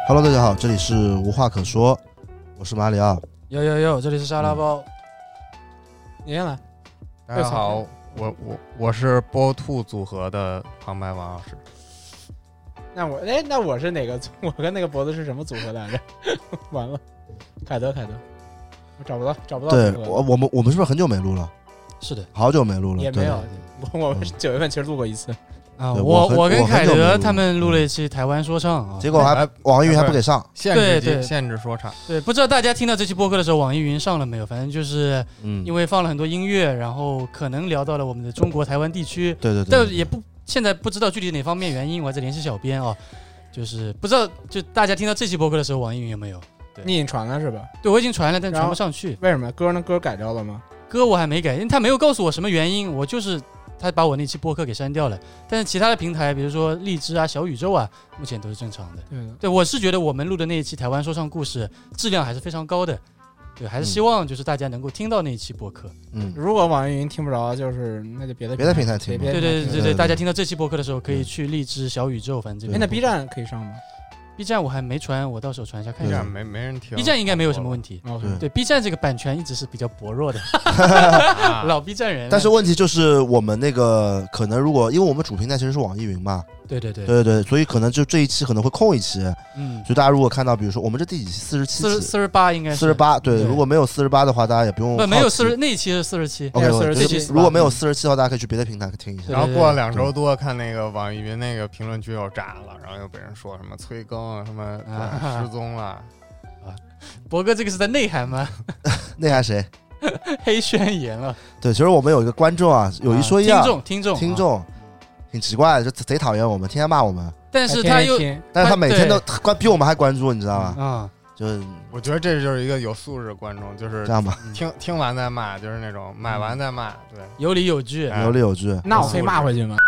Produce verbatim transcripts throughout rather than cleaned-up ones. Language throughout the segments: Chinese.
Hello， 大家好，这里是无话可说，我是马里奥。 有有有，这里是沙拉包。你先来。 大家好，我我我是波兔组合的旁白王老师。 那我哎，那我是哪个？我跟那个脖子是什么组合来着？完了，凯德凯德，我找不到找不到。 对，我我们我们是不是很久没录了？ 是的， 好久没录了。 也没有，我我们九月份其实录过一次。 啊， 我我跟凯德他们录了一期台湾说唱啊， 结果还网易云还不给上， 限制级限制说唱。 对，不知道大家听到这期播客的时候，网易云上了没有？反正就是因为放了很多音乐，然后可能聊到了我们的中国台湾地区。 对对对， 但也不现在不知道具体哪方面原因，我还在联系小编啊，就是不知道就大家听到这期播客的时候，网易云有没有？ 你已经传了是吧？ 对，我已经传了，但传不上去。 为什么？歌呢？歌改掉了吗？ 歌我还没改，因为他没有告诉我什么原因，我就是他把我那期播客给删掉了。但是其他的平台，比如说荔枝啊、小宇宙啊，目前都是正常的。 对的， 对，我是觉得我们录的那一期台湾说唱故事质量还是非常高的。对，还是希望就是大家能够听到那一期播客。 嗯， 如果网易云听不着，就是那就别的别的平台听。 对对对对对，大家听到这期播客的时候，可以去荔枝、小宇宙，反正这边。 哎，那 B 站可以上吗 ？B 站我还没传，我到时候传一下看一下。 B 站没没人听 ，B 站应该没有什么问题。 对对 ，B 站这个版权一直是比较薄弱的，老 B 站人。 但是问题就是我们那个可能如果因为我们主平台其实是网易云嘛， 对对对对对对，所以可能就这一期可能会空一期。 嗯， 所以大家如果看到，比如说我们这第几期？四十七期， 四十八应该是四十八。对，如果没有四十八的话，大家也不用。 不，没有四十，那一期是四十七。 OK， 四十七。 如果没有四十七的话，大家可以去别的平台听一下。 然后过了两周多，看那个网易云那个评论区又炸了，然后又被人说什么催更，什么失踪了。 啊，博哥这个是在内涵吗？ 内涵谁？ 黑宣言了。 对，其实我们有一个观众啊，有一说一啊， 听众听众听众。挺奇怪的，就贼讨厌我们，天天骂我们。 但是他又， 但是他每天都关比我们还关注，你知道吗？ 啊， 就是我觉得这就是一个有素质的观众，就是这样吧。 听听完再骂，就是那种买完再骂，对， 有理有据， 有理有据。 那我可以骂回去吗？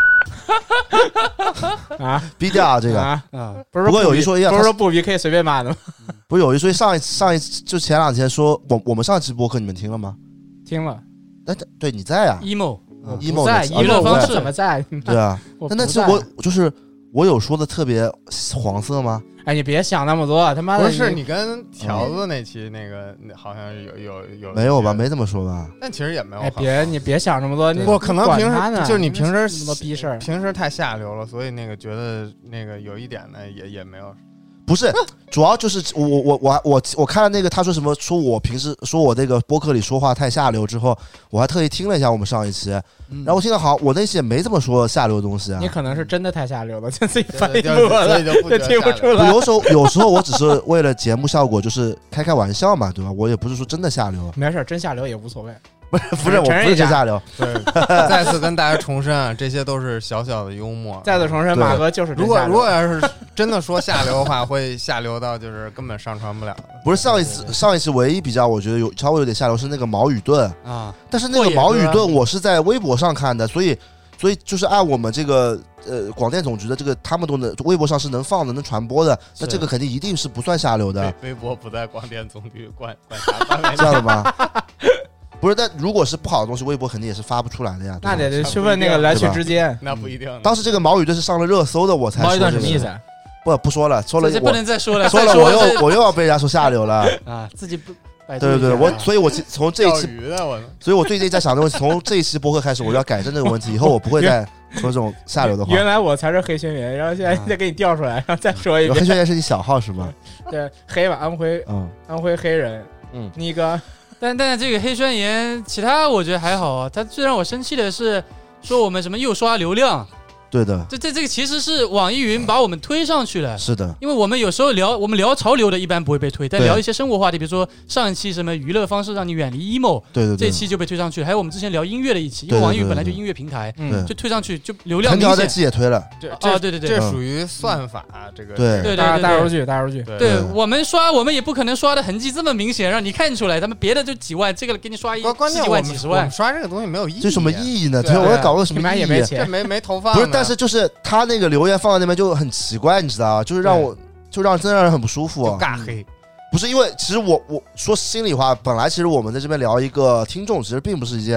啊， 逼掉这个啊啊！ 不是， 不过有一说一啊， 不是说不逼可以随便骂的吗？ 不是有一说一，上一上一就前两天说我我们上期播客你们听了吗？ 听了。 那对你在啊 ？emo。 emo 在娱乐方式怎么在？ 对啊，那那其实我就是我有说的特别黄色吗？ 哎，你别想那么多，他妈的！ 不是你跟条子那期那个好像有有有没有吧？没这么说吧？ 但其实也没有。 哎，别你别想这么多， 我可能平时就是你平时那么多逼事儿， 平时太下流了，所以那个觉得那个有一点呢也也没有。 不是，主要就是我我我我我看了那个他说什么，说我平时说我那个播客里说话太下流之后，我还特意听了一下我们上一期，然后我听到好，我那期也没这么说下流的东西啊。 你可能是真的太下流了，就自己翻译不了， 就听不出来。 有时候有时候我只是为了节目效果，就是开开玩笑嘛，对吧？我也不是说真的下流。 没事，真下流也无所谓。 不是不是，我不是真下流。 对，再次跟大家重申啊，这些都是小小的幽默。 再次重申，马哥就是如果如果要是真的说下流的话，会下流到就是根本上传不了。 不是上一次上一次唯一比较我觉得有稍微有点下流是那个毛语盾啊，但是那个毛语盾我是在微博上看的，所以所以就是按我们这个呃广电总局的这个他们都能微博上是能放的能传播的，那这个肯定一定是不算下流的。 微博不在广电总局管管辖范围内， 这样的吗？不是，但如果是不好的东西，微博肯定也是发不出来的呀。 那得去问那个来去之间， 那不一定。 当时这个毛语盾是上了热搜的，我才说。 毛语盾什么意思？ 不不说了，说了这不能再说了， 说了我又我又要被人家说下流了啊！自己不。 对对对，我所以，我从这一期，所以我最近在想这个问题，从这一期播客开始，我要改正这个问题，以后我不会再说这种下流的话。 原来我才是黑宣言，然后现在再给你调出来，然后再说一遍。 黑宣言是你小号是吗？ 对，黑吧，安徽，嗯，安徽黑人，嗯，那个。 但但是这个黑宣言，其他我觉得还好啊。他最让我生气的是，说我们什么又刷流量。 对的， 这这这个其实是网易云把我们推上去了。 是的， 因为我们有时候聊我们聊潮流的，一般不会被推，但聊一些生活话题，比如说上一期什么娱乐方式让你远离 emo， 对对对， 这期就被推上去了。还有我们之前聊音乐的一期，因为网易云本来就音乐平台， 嗯， 就推上去就流量明显。 藤条这期也推了， 这啊对对对， 这属于算法这个对对对大数据大数据。 对我们刷我们也不可能刷的痕迹这么明显，让你看出来。咱们别的就几万，这个给你刷一十几万几十万， 刷这个东西没有意义， 这什么意义呢？对，我搞个什么意义？ 也没钱， 这没没投放。 不是，但是就是他。那个留言放在那边就很奇怪，你知道吗？就是让我，就让真的让人很不舒服。 尬黑， 不是因为其实我我说心里话，本来其实我们在这边聊一个听众，其实并不是一件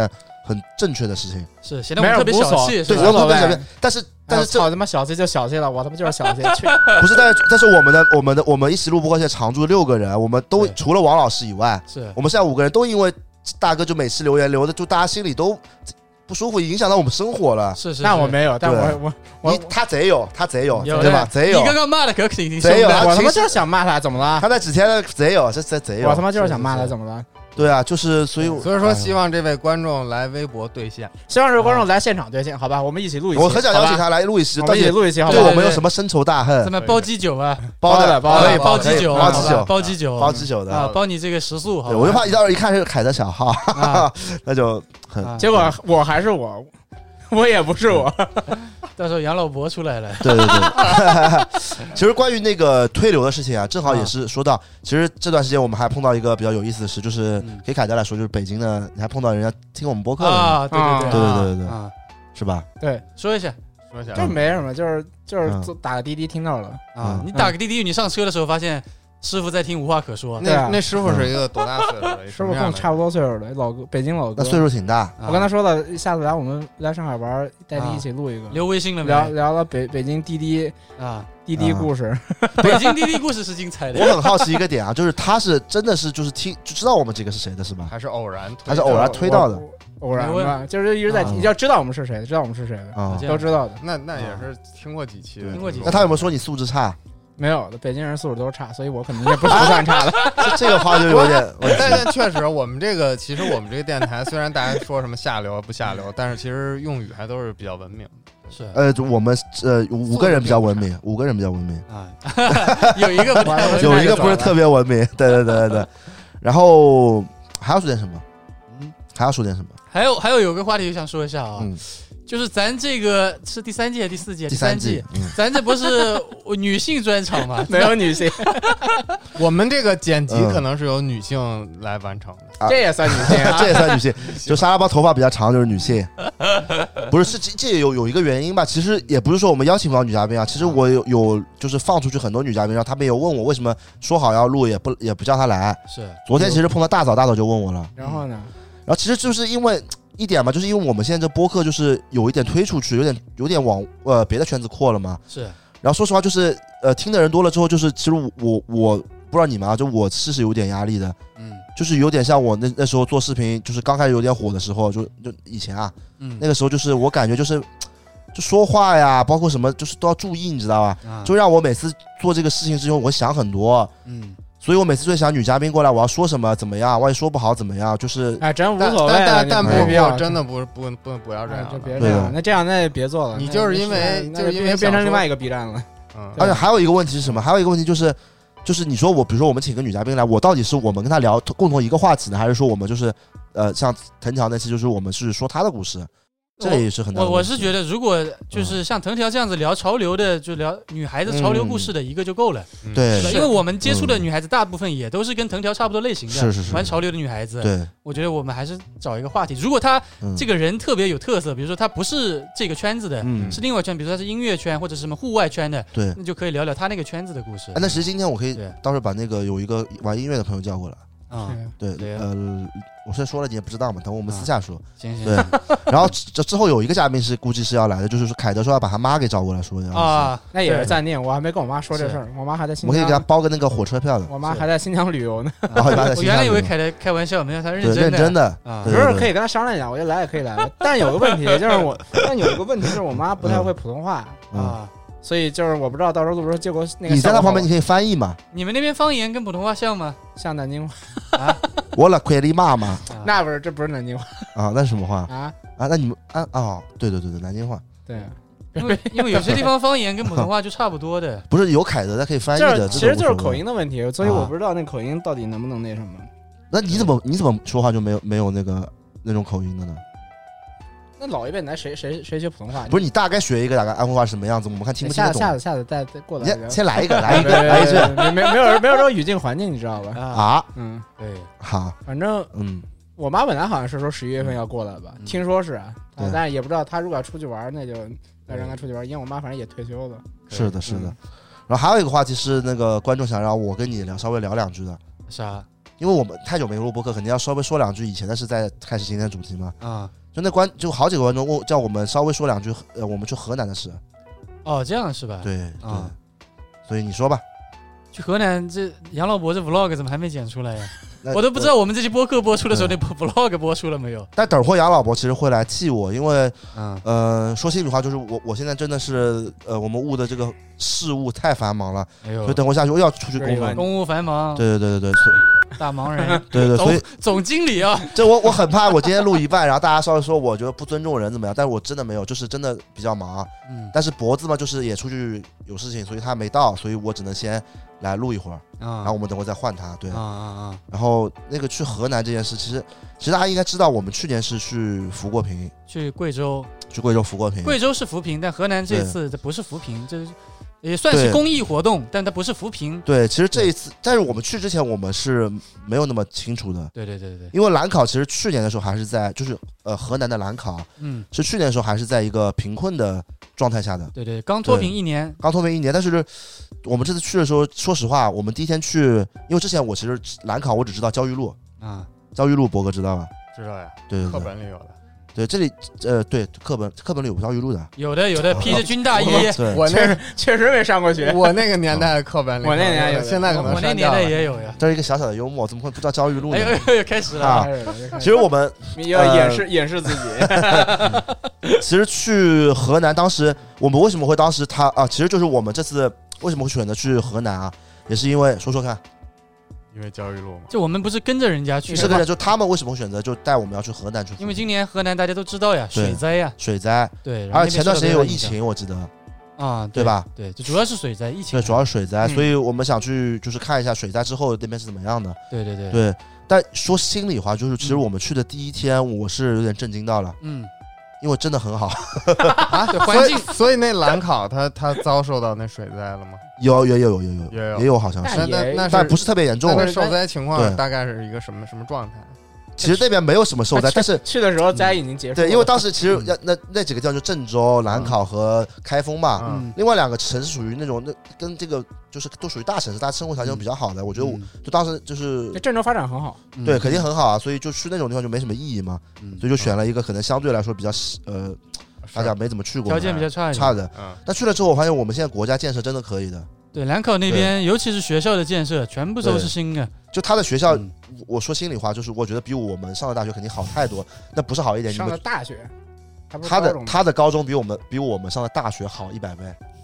很正确的事情， 是显得我们特别小气， 对，特别小气。但是但是操他妈小气就小气了，我他妈就是小气。 不是，但是但是我们的我们的我们一起录播客现在常驻六个人，我们都除了王老师以外， 是我们现在五个人都因为大哥就每次留言留的，就大家心里都不舒服，影响到我们生活了。 是是， 那我没有，但我我我他贼有，他贼有，对吧？贼有。 你刚刚骂的可肯定贼有， 我他妈就是想骂他，怎么了？ 他在几天的贼有，这这贼有。 我他妈就是想骂他，怎么了？ 对啊，就是所以所以说希望这位观众来微博兑现， 希望这位观众来现场兑现，好吧？我们一起录一期。 我很想邀请他来录一期， 我们一起录一期，好吧？ 对我们有什么深仇大恨？ 咱们包鸡酒啊， 包的包可以包鸡酒， 包鸡酒， 包鸡酒， 包鸡酒的啊，包你这个食宿。 对，我就怕一到时候一看是凯德小号，那就很。 结果我还是我，我也不是我。 到时候杨老伯出来了。 对对对。其实关于那个推流的事情啊，正好也是说到，其实这段时间我们还碰到一个比较有意思的事，就是给凯德来说，就是北京的，你还碰到人家听我们播客啊，对对对对对对对，是吧？ 对， 说一下， 说一下， 这没什么，就是就是打个滴滴听到了啊，你打个滴滴，你上车的时候发现师傅在听，无话可说。 那那师傅是一个多大岁数的？ 师傅跟我差不多岁数的老哥，北京老哥， 那岁数挺大。 我跟他说了，下次来我们来上海玩，带你一起录一个。 留微信了没？ 聊聊了北北京滴滴啊， 滴滴故事。 北京滴滴故事是精彩的。 我很好奇一个点啊，就是他是真的是就是听就知道我们几个是谁的是吧？ 还是偶然？ 还是偶然推到的？ 偶然吧，就是一直在你要知道我们是谁，知道我们是谁的，都知道的。 那那也是听过几期的， 听过几期。 那他有没有说你素质差？ 没有的，北京人素质都差，所以我肯定也不是不算差的。 这个话就有点， 但但确实，我们这个其实我们这个电台虽然大家说什么下流不下流，但是其实用语还都是比较文明的。 是， 呃，我们呃五个人比较文明，五个人比较文明啊，有一个不太文明， 有一个不是特别文明，对对对对对。然后还要说点什么？嗯，还要说点什么？ 还有还有有个话题想说一下啊。 嗯， 就是咱这个是第三季第四季第三季， 咱这不是女性专场吗？ 没有女性， 我们这个剪辑可能是由女性来完成的， 这也算女性， 这也算女性。就沙拉包头发比较长就是女性，不是是这这有有一个原因吧？其实也不是说我们邀请不到女嘉宾啊，其实我有有就是放出去很多女嘉宾，然后他们有问我为什么说好要录也不也不叫她来。 是， 昨天其实碰到大早，大早就问我了。 然后呢？ 然后其实就是因为。一点嘛，就是因为我们现在这播客就是有一点推出去，有点有点往呃别的圈子扩了嘛。 是。 然后说实话，就是呃听的人多了之后，就是其实我我不知道你们啊，就我是是有点压力的。 嗯。 就是有点像我那那时候做视频，就是刚开始有点火的时候，就就以前啊，嗯，那个时候就是我感觉就是就说话呀，包括什么就是都要注意，你知道吧？啊、就让我每次做这个事情之后，我想很多。嗯。所以我每次就想女嘉宾过来，我要说什么怎么样，万一说不好怎么样，就是哎，真无所谓， 但但但不必要， 真的不不不不要这样， 就别这样。那这样那也别做了， 你就是因为就是因为变成另外一个 B 站了。 嗯， 而且还有一个问题是什么？还有一个问题就是，就是你说我，比如说我们请个女嘉宾来，我到底是我们跟她聊共同一个话题呢，还是说我们就是呃像藤条那期，就是我们是说她的故事？这也是很难。 我我是觉得，如果就是像藤条这样子聊潮流的，就聊女孩子潮流故事的一个就够了。 嗯、对， 因为我们接触的女孩子大部分也都是跟藤条差不多类型的， 是是是， 玩潮流的女孩子。 对， 我觉得我们还是找一个话题。如果她这个人特别有特色，比如说她不是这个圈子的，嗯、是另外圈，比如说她是音乐圈或者是什么户外圈的， 对， 那就可以聊聊她那个圈子的故事。 哎，那其实今天我可以到时候把那个有一个玩音乐的朋友叫过来。 啊、嗯， 对对，呃，我现在说了你也不知道嘛，等我们私下说。 啊、行行。 对，然后这之后有一个嘉宾是估计是要来的，就是说凯德说要把他妈给找过来说的啊，那也是暂定，我还没跟我妈说这事儿，我妈还在新疆。 我可以给他包个那个火车票的。 我妈还在新疆旅游呢。 我原来以为凯德开玩笑，没有他认真的。 认真的啊， 不是可以跟他商量一下，我觉得来也可以来，但有个问题就是我，但有一个问题就是我妈不太会普通话啊。所以就是我不知道到时候录的时候，结果那个你在他旁边你可以翻译嘛？ 你们那边方言跟普通话像吗？ 像南京话啊？ 我了亏你妈妈？ 那不是，这不是南京话啊，那是什么话啊？ 啊，那你们啊哦，对对对对，南京话。 对， 因为因为有些地方方言跟普通话就差不多的。 不是有凯德他可以翻译的， 其实就是口音的问题，所以我不知道那口音到底能不能那什么。 那你怎么你怎么说话就没有没有那个那种口音的呢？ 那老一辈来谁谁谁学普通话？ 不是你大概学一个大概安徽话是什么样子？我们看听不听得懂。 下次下次再再过来。 先先来一个，来一个，来一句。 没没没有没有这种语境环境，你知道吧？ 啊， 嗯， 对， 好， 反正嗯，我妈本来好像是说十一月份要过来吧，听说是，但是也不知道她如果要出去玩，那就让她出去玩，因为我妈反正也退休了。 是的，是的。然后还有一个话题是那个观众想让我跟你聊稍微聊两句的， 啥？ 因为我们太久没录播客，肯定要稍微说两句以前的事，再开始今天的主题嘛。 啊。 就那观就好几个观众问叫我们稍微说两句，呃，我们去河南的事。 哦，这样是吧？ 对对、 啊， 所以你说吧。 去河南这杨老伯这 vlog 怎么还没剪出来呀？我都不知道我们这期播客播出的时候，那 vlog 播出了没有？ 但等会杨老伯其实会来替我，因为， 嗯， 呃，说心里话，就是我我现在真的是，呃，我们务的这个事务太繁忙了， 哎呦， 所以等会下去我要出去公关， 公务繁忙， 对对对对对， 大忙人， 对对，所以总经理啊， 这我我很怕，我今天录一半，然后大家稍微说我觉得不尊重人怎么样，但是我真的没有，就是真的比较忙， 嗯， 但是脖子嘛，就是也出去有事情，所以他没到，所以我只能先来录一会儿， 啊， 然后我们等会再换他，对， 啊啊啊， 然后那个去河南这件事，其实其实大家应该知道，我们去年是去扶过贫， 去贵州， 去贵州扶过贫， 贵州是扶贫，但河南这次这不是扶贫，这也算是公益活动，但它不是扶贫。 对，其实这一次，但是我们去之前，我们是没有那么清楚的。 对对对对， 因为兰考其实去年的时候还是在，就是呃河南的兰考， 嗯， 是去年的时候还是在一个贫困的状态下的。 对对，刚脱贫一年， 刚脱贫一年，但是我们这次去的时候，说实话，我们第一天去，因为之前我其实兰考我只知道焦裕禄啊， 焦裕禄博哥知道吧？ 知道呀， 对对对， 课本里有的。 对，这里呃，对课本课本里有焦裕禄的， 有的有的，披着军大衣。 我确实确实没上过学， 我那个年代的课本里， 我那年代有， 现在可能我那年代也有呀。 这是一个小小的幽默，怎么会不知道焦裕禄呢？ 哎呦，开始了啊！其实我们要掩饰掩饰自己。 其实去河南，当时我们为什么会当时他啊？其实就是我们这次为什么会选择去河南啊？也是因为说说看。 因为焦裕禄嘛， 就我们不是跟着人家去， 是跟着，就他们为什么会选择就带我们要去河南去？ 因为今年河南大家都知道呀，水灾呀， 水灾， 对， 而且前段时间有疫情，我记得啊， 对吧？ 对，就主要是水灾，疫情， 对，主要是水灾，所以我们想去就是看一下水灾之后那边是怎么样的。 对对对对，但说心里话，就是其实我们去的第一天，我是有点震惊到了， 嗯。 因为真的很好啊，对环境， 所以那兰考他他遭受到那水灾了吗？ 有有有有有有也有也有，好像是， 那那但不是特别严重。 那受灾情况大概是一个什么什么状态？ 其实那边没有什么受灾，但是去的时候灾已经结束了。 对，因为当时其实那那几个地方就郑州、兰考和开封嘛，另外两个城市属于那种那跟这个就是都属于大城市，大家生活条件比较好的。我觉得我就当时就是郑州发展很好， 对，肯定很好啊，所以就去那种地方就没什么意义嘛，所以就选了一个可能相对来说比较呃大家没怎么去过， 条件比较差差的。但去了之后，我发现我们现在国家建设真的可以的。 对，兰考那边尤其是学校的建设，全部都是新的。 就他的学校，我说心里话，就是我觉得比我们上的大学肯定好太多。那不是好一点， 上的大学， 他的他的高中比我们比我们上的大学好一百倍。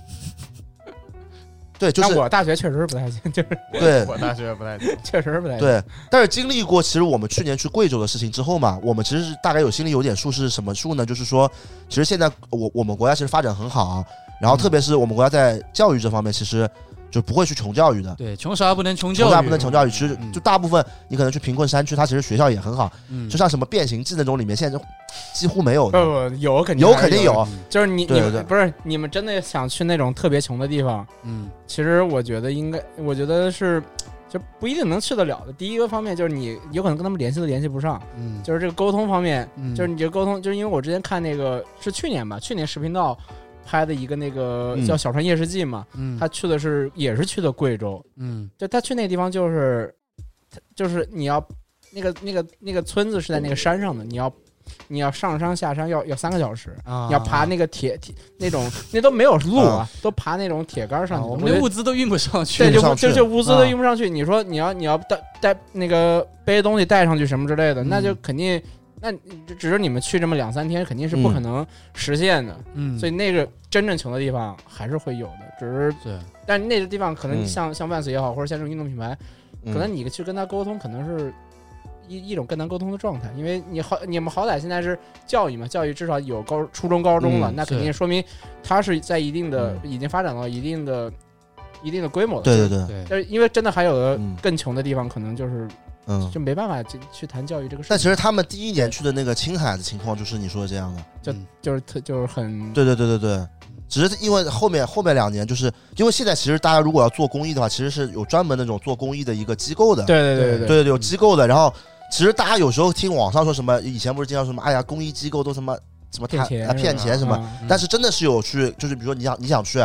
对，就是我大学确实不太行，就是对我大学不太行， 确实不太行。 对，但是经历过其实我们去年去贵州的事情之后嘛，我们其实是大概有心里有点数，是什么数呢？就是说，其实现在我我们国家其实发展很好啊。然后特别是我们国家在教育这方面，其实就不会去穷教育的。 对，穷啥不能穷教育， 穷啥不能穷教育。其实就大部分你可能去贫困山区，它其实学校也很好。 嗯， 就像什么变形记那种里面，现在就几乎没有的。 不不，有肯定有肯定有， 就是你你们不是你们真的想去那种特别穷的地方？ 嗯， 其实我觉得应该，我觉得是。就不一定能去得了的。第一个方面就是你有可能跟他们联系都联系不上， 嗯， 就是这个沟通方面， 嗯， 就是你这个沟通，就是因为我之前看那个是去年吧，去年视频道拍的一个那个叫《小川夜视记》嘛， 嗯， 他去的是也是去的贵州， 嗯， 就他去那地方就是就是你要那个那个那个村子是在那个山上的，你要。你要上山下山要要三个小时， 啊、 你要爬那个铁铁那种那都没有路啊，嗯、都爬那种铁杆上去、 啊。我们的物资都运不上去， 对，就就就物资都运不上去。啊、你说你要你要带带那个背东西带上去什么之类的，嗯、那就肯定那只是你们去这么两三天，肯定是不可能实现的。 嗯， 所以那个真正穷的地方还是会有的，只是对， 但那个地方可能像、嗯、像万斯也好，或者像这种运动品牌， 嗯、 可能你去跟他沟通，可能是。一一种更难沟通的状态，因为你好，你们好歹现在是教育嘛，教育至少有高初中、高中了， 嗯、 那肯定说明它是在一定的、嗯、已经发展到一定的、一定的规模了。 对对对。 但是因为真的还有的更穷的地方，可能就是嗯， 就没办法去去谈教育这个事。 但其实他们第一年去的那个青海的情况，就是你说的这样的， 就就是特就是很对对对对对。只是因为后面后面两年，就是因为现在其实大家如果要做公益的话，其实是有专门那种做公益的一个机构的。 对对对对对对对，有机构的，然后。其实大家有时候听网上说什么，以前不是经常说什么，哎呀，公益机构都什么什么骗钱啊骗钱什么， 嗯、 但是真的是有去，就是比如说你想你想去，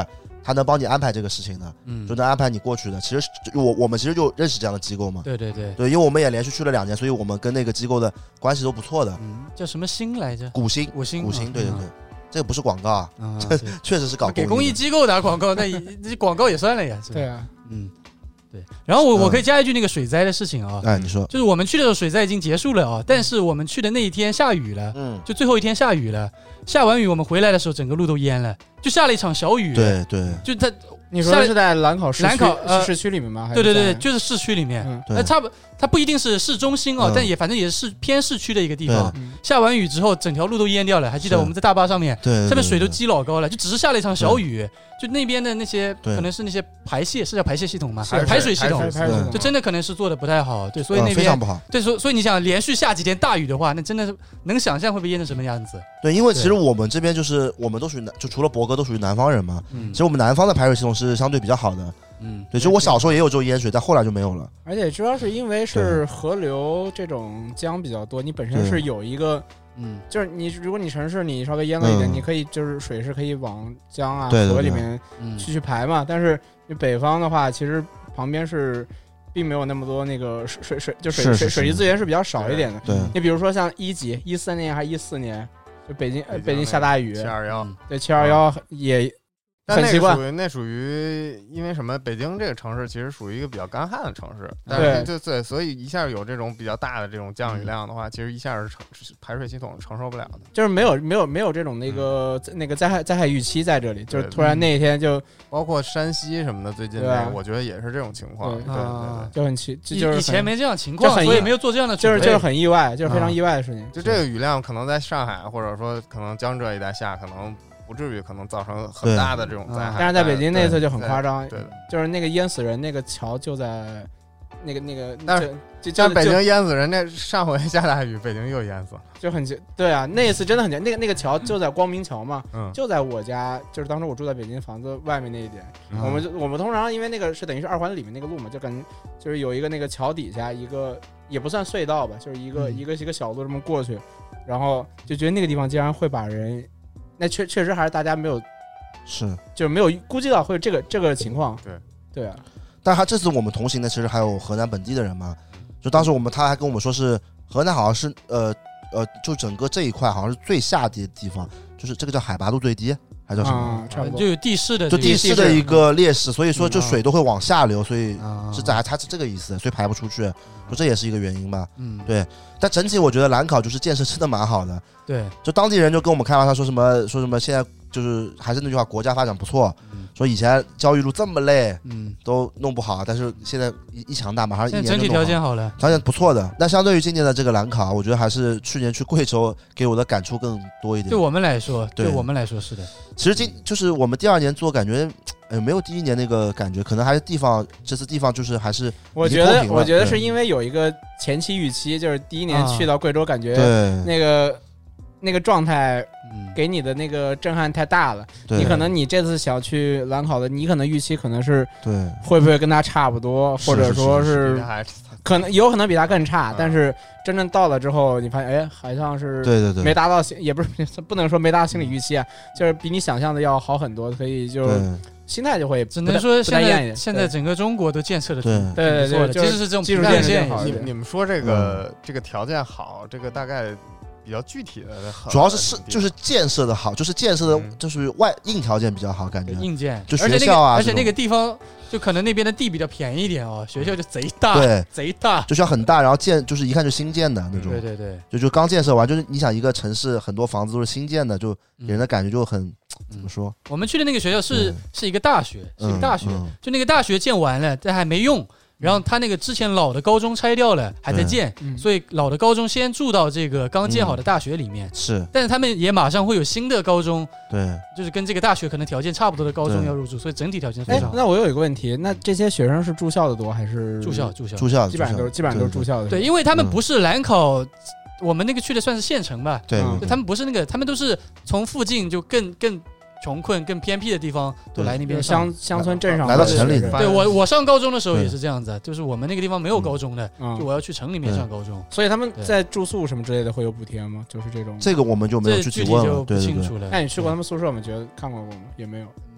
他能帮你安排这个事情的，嗯，就能安排你过去的。其实我我们其实就认识这样的机构嘛， 对对对对，因为我们也连续去了两年，所以我们跟那个机构的关系都不错的。 嗯，叫什么星来着？ 古星， 古星， 古星，对对对。这个不是广告啊， 嗯、 这确实是搞给公益机构打广告，那这广告也算了呀。 对啊， 嗯，对。然后我、嗯、我可以加一句那个水灾的事情啊， 哎，你说， 就是我们去的时候水灾已经结束了啊，但是我们去的那一天下雨了，嗯，就最后一天下雨了，下完雨我们回来的时候整个路都淹了，就下了一场小雨， 对对， 就它。 你说的是在兰考市区？ 兰考呃市区里面吗？ 对对对，就是市区里面。 嗯， 差不，它不一定是市中心哦，嗯、但也反正也是偏市区的一个地方。下完雨之后，整条路都淹掉了。还记得我们在大巴上面， 对， 下面水都积老高了，就只是下了一场小雨，就那边的那些可能是那些排泄，是叫排泄系统吗？排水系统，就真的可能是做的不太好。对，所以那边、 嗯、非常不好。 对，所所以你想连续下几天大雨的话，那真的是能想象会被淹成什么样子。 对，因为其实我们这边就是我们都属于南，就除了博哥都属于南方人嘛。嗯，其实我们南方的排水系统是相对比较好的。嗯，对，就我小时候也有这种淹水，但后来就没有了。 而且主要是因为是河流这种江比较多，你本身是有一个，嗯，就是你如果你城市你稍微淹了一点，嗯、你可以就是水是可以往江啊对对对河里面去去排嘛。嗯、但是你北方的话，其实旁边是并没有那么多那个水水水就水是是是水水利资源是比较少一点的。 对， 你比如说像一级一三年还是一四年，就北京北京下大雨， 七二幺对七二幺也。 但那个属于那属于，因为什么？北京这个城市其实属于一个比较干旱的城市，但是对对，所以一下有这种比较大的这种降雨量的话，嗯、其实一下是承排水系统承受不了的， 就是没有没有没有这种那个、嗯、那个灾害灾害预期在这里，就是突然那一天就包括山西什么的，最近这个我觉得也是这种情况，对对 对, 对， 就很奇，就是以前没这样情况，所以没有做这样的准备， 就是就是很意外，就是非常意外的事情。 就这个雨量可能在上海或者说可能江浙一带下，可能。不至于可能造成很大的这种灾害， 但是在北京那次就很夸张， 对的， 就是那个淹死人那个桥就在那个那个， 但是像北京淹死人，那上回下大雨，北京又淹死了， 就很对啊，那一次真的很那个那个桥就在光明桥嘛，嗯，就在我家，就是当时我住在北京房子外面那一点，嗯、我们就我们通常因为那个是等于是二环里面那个路嘛，就感觉就是有一个那个桥底下一个也不算隧道吧，就是一个、嗯、一个一个小路这么过去，然后就觉得那个地方竟然会把人。那确确实还是大家没有， 是就是没有估计到会有这个这个情况， 对对啊。 但他这次我们同行的其实还有河南本地的人嘛，就当时我们他还跟我们说是河南好像是呃呃就整个这一块好像是最下的地方，就是这个叫海拔度最低还叫什么？ 啊、差不多就有地势的， 就地势的一个劣势，所以说就水都会往下流，所以是在它是这个意思，所以排不出去，说这也是一个原因吧。嗯，对。但整体我觉得兰考就是建设真的蛮好的。 对， 就当地人就跟我们开玩笑说什么说什么现在就是还是那句话，国家发展不错，嗯、说以前教育路这么累，嗯，都弄不好，但是现在一一强大，马上一年就弄好， 整体条件好了， 条件不错的。那相对于今年的这个兰考，我觉得还是去年去贵州给我的感触更多一点。 对我们来说，对我们来说是的。 其实今就是我们第二年做，感觉呃没有第一年那个感觉，可能还是地方这次地方就是还是我觉得我觉得是因为有一个前期预期，就是第一年去到贵州，感觉那个。那个状态给你的那个震撼太大了，你可能你这次想去兰考的，你可能预期可能是对会不会跟他差不多，或者说是可能有可能比他更差，但是真正到了之后，你发现哎，好像是对对对没达到，也不是不能说没达到心理预期啊，就是比你想象的要好很多，所以就心态就会只能说现在现在整个中国都建设的对对对， 即使是这种技术建设好， 你你们说这个这个条件好，这个大概。比较具体的， 主要是是就是建设的好，就是建设的，就是外硬条件比较好，感觉硬件， 就学校啊， 而且那个地方就可能那边的地比较便宜一点哦，学校就贼大， 对， 贼大， 就需要很大，然后建就是一看就新建的那种， 对对对， 就就刚建设完，就是你想一个城市很多房子都是新建的，就给人的感觉就很怎么说？ 我们去的那个学校是是一个大学，是一个大学，就那个大学建完了，但还没用。然后他那个之前老的高中拆掉了，还在建，所以老的高中先住到这个刚建好的大学里面。 是， 但是他们也马上会有新的高中， 对， 就是跟这个大学可能条件差不多的高中要入住，所以整体条件非常好。 那我有一个问题，那这些学生是住校的多还是住校？住校， 住校， 基本上都基本上都是住校的。 对，因为他们不是兰考，我们那个去的算是县城吧？ 对， 他们不是那个，他们都是从附近就更更。穷困更偏僻的地方都来那边乡乡村镇上来到城里的。 对我我上高中的时候也是这样子，就是我们那个地方没有高中的，就我要去城里面上高中。 所以他们在住宿什么之类的会有补贴吗？就是这种。 这个我们就没有去提问了， 不清楚了。 那你去过他们宿舍吗？觉得看过过吗？也没有。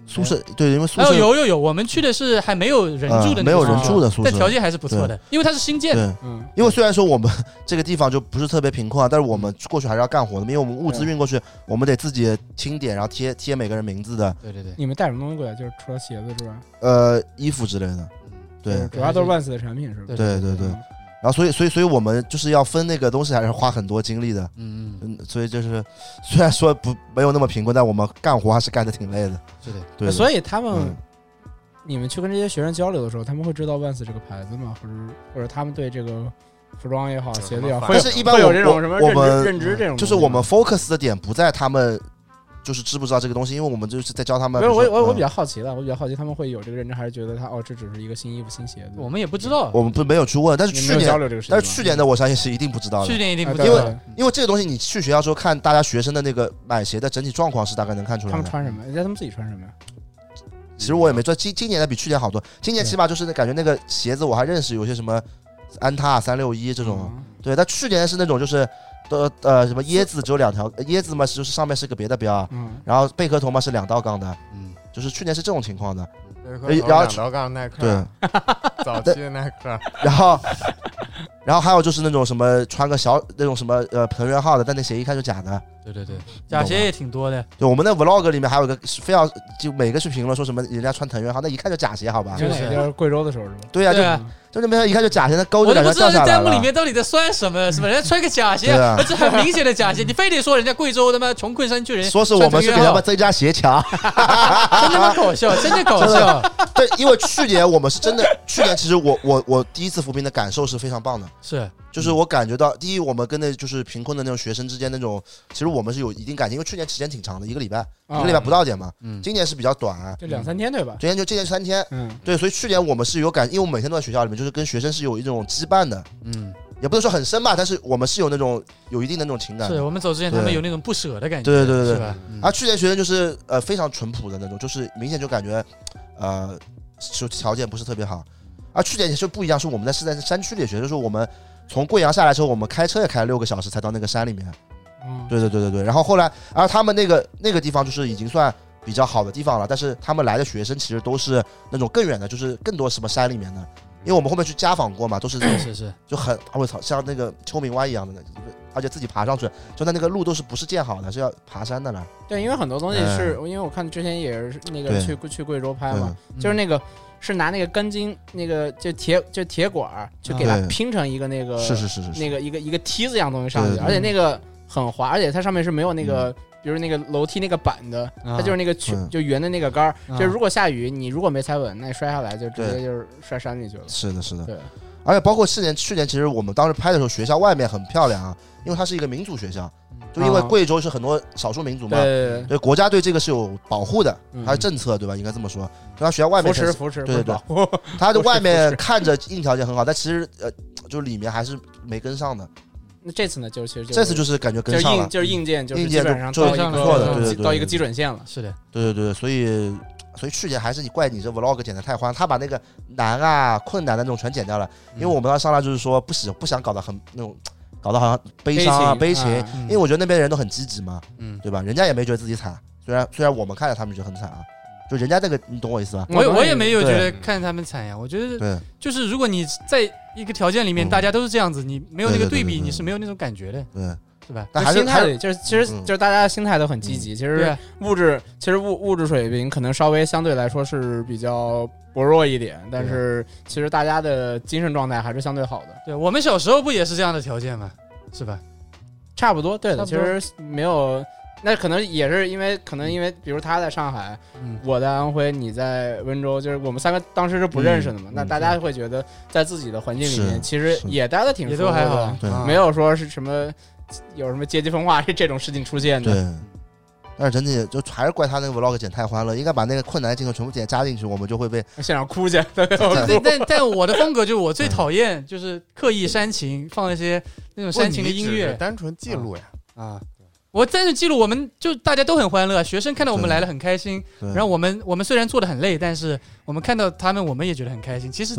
宿舍对，因为宿舍有有有，我们去的是还没有人住的那个宿舍， 没有人住的宿舍， 但条件还是不错的，因为它是新建的。 嗯，因为虽然说我们这个地方就不是特别贫困啊，但是我们过去还是要干活的，因为我们物资运过去，我们得自己清点，然后贴贴每个人名字的。 对对对。 你们带什么东西过来？就是除了鞋子之外， 呃，衣服之类的。对， 主要都是万斯的产品，是吧？ 对对对。然后所以所以所以我们就是要分那个东西，还是花很多精力的。嗯嗯。所以就是虽然说不没有那么贫困，但我们干活还是干得挺累的。 是的。 对。 所以他们。你们去跟这些学生交流的时候，他们会知道万斯这个牌子吗？或者或者他们对这个服装也好，鞋子也好， 但是一般会有这种什么我们认知这种， 就是我们 focus 的点不在他们就是知不知道这个东西，因为我们就是在教他们。 我我我比较好奇的，我比较好奇他们会有这个认知，还是觉得他哦这只是一个新衣服新鞋子？ 我们也不知道， 我们不没有去问，但是去年交流这个事情， 但是去年的我相信是一定不知道的， 去年一定不知道， 因为因为这个东西你去学校之后看大家学生的那个买鞋的整体状况是大概能看出来的。 他们穿什么？人家他们自己穿什么呀？ 其实我也没做，今今年的比去年好多。今年起码就是感觉那个鞋子我还认识，有些什么安踏三六一这种，嗯、对。但去年是那种就是呃呃什么椰子只有两条，椰子嘛就是上面是个别的标，嗯、然后贝壳头嘛是两道杠的，嗯，就是去年是这种情况的。 然后两道杠耐克， 对， 早期的耐克， 然后然后还有就是那种什么穿个小那种什么呃藤原浩的，但那鞋一看就假的。 对对对，假鞋也挺多的。 对，我们那 vlog 里面还有一个非要就每个去评论说什么人家穿藤原浩，那一看就假鞋，好吧？ 就是贵州的时候是吧？ 对呀、啊，就就那边一看就假鞋，那钩就感觉掉下来了。 我都不知道弹幕里面到底在酸什么，是吧？人家穿个假鞋，而且很明显的假鞋，你非得说人家贵州他妈穷困山区人说是我们是给他们增加鞋墙， 真他妈搞笑，真的搞笑。 对，因为去年我们是真的，去年其实我我我第一次扶贫的感受是非常棒的， 是。 就是我感觉到，第一，我们跟那就是贫困的那种学生之间那种，其实我们是有一定感情，因为去年时间挺长的，一个礼拜，一个礼拜不到点嘛。嗯。今年是比较短， 就两三天对吧？ 今年就今年三天。嗯。对，所以去年我们是有感，因为我们每天都在学校里面，就是跟学生是有一种羁绊的。嗯。也不能说很深吧，但是我们是有那种有一定的那种情感。 是我们走之前，他们有那种不舍的感觉。 对对对对。 是吧？ 而去年学生就是呃非常淳朴的那种，就是明显就感觉，呃，就条件不是特别好。而去年就不一样，是我们在是在山区里学，就是我们。从贵阳下来之后，我们开车也开了六个小时才到那个山里面。嗯，对对对对对。然后后来，而他们那个那个地方就是已经算比较好的地方了，但是他们来的学生其实都是那种更远的，就是更多什么山里面的。因为我们后面去家访过嘛，都是这种， 是是， 就很我操，像那个秋名湾一样的，而且自己爬上去，就那那个路都是不是建好的，是要爬山的了。 对，因为很多东西是、嗯、因为我看之前也是那个去去贵州拍嘛，就是那个。是拿那个钢筋，那个就铁就铁管，去给它拼成一个那个是是是是那个一个一个梯子一样东西上去，而且那个很滑，而且它上面是没有那个，比如那个楼梯那个板的，它就是那个就圆的那个杆，就是如果下雨，你如果没踩稳，那你摔下来就直接就是摔山里去了。 是的，是的， 对。 而且包括去年，去年其实我们当时拍的时候，学校外面很漂亮啊，因为它是一个民族学校。就因为贵州是很多少数民族嘛， 对对对， 对国家对这个是有保护的，它是政策对吧？应该这么说。就他学校外面扶持扶持， 对对对，它的外面看着硬条件很好，但其实呃，就里面还是没跟上的。 那这次呢，就其实这次就是感觉跟上了， 就是硬件，就是硬件基本上到一个到一个基准线了。 是的， 对对对，所以所以去年还是你怪你这 vlog 剪得太欢，他把那个难啊、困难的那种全剪掉了，因为我们当时上来就是说不喜不想搞得很那种。搞得好像悲伤啊悲情，悲情嗯、因为我觉得那边的人都很积极嘛，嗯，对吧？人家也没觉得自己惨，虽然虽然我们看着他们觉得很惨啊，就人家那个你懂我意思吧？ 我我也没有觉得看他们惨呀，我觉得对，就是如果你在一个条件里面，大家都是这样子，你没有那个对比，你是没有那种感觉的， 对， 是吧？ 但心态里就是其实就是大家的心态都很积极，其实物质其实物物质水平可能稍微相对来说是比较。薄弱一点，但是其实大家的精神状态还是相对好的。 对，我们小时候不也是这样的条件吗？是吧？ 差不多，对的。其实没有，那可能也是因为，可能因为，比如他在上海，嗯、我在安徽，你在温州，就是我们三个当时是不认识的嘛。嗯、那大家会觉得，在自己的环境里面，其实也待得挺舒服的， 也都还好， 没有说是什么有什么阶级分化这种事情出现的。 对。但是整体就还是怪他那个 vlog 剪太欢了，应该把那个困难的镜头全部剪加进去，我们就会被现场哭去。 但但我的风格就是我最讨厌就是刻意煽情，放一些那种煽情的音乐， 单纯记录呀啊！我单纯记录，我们就大家都很欢乐，学生看到我们来了很开心，然后我们我们虽然做的很累，但是我们看到他们，我们也觉得很开心。其实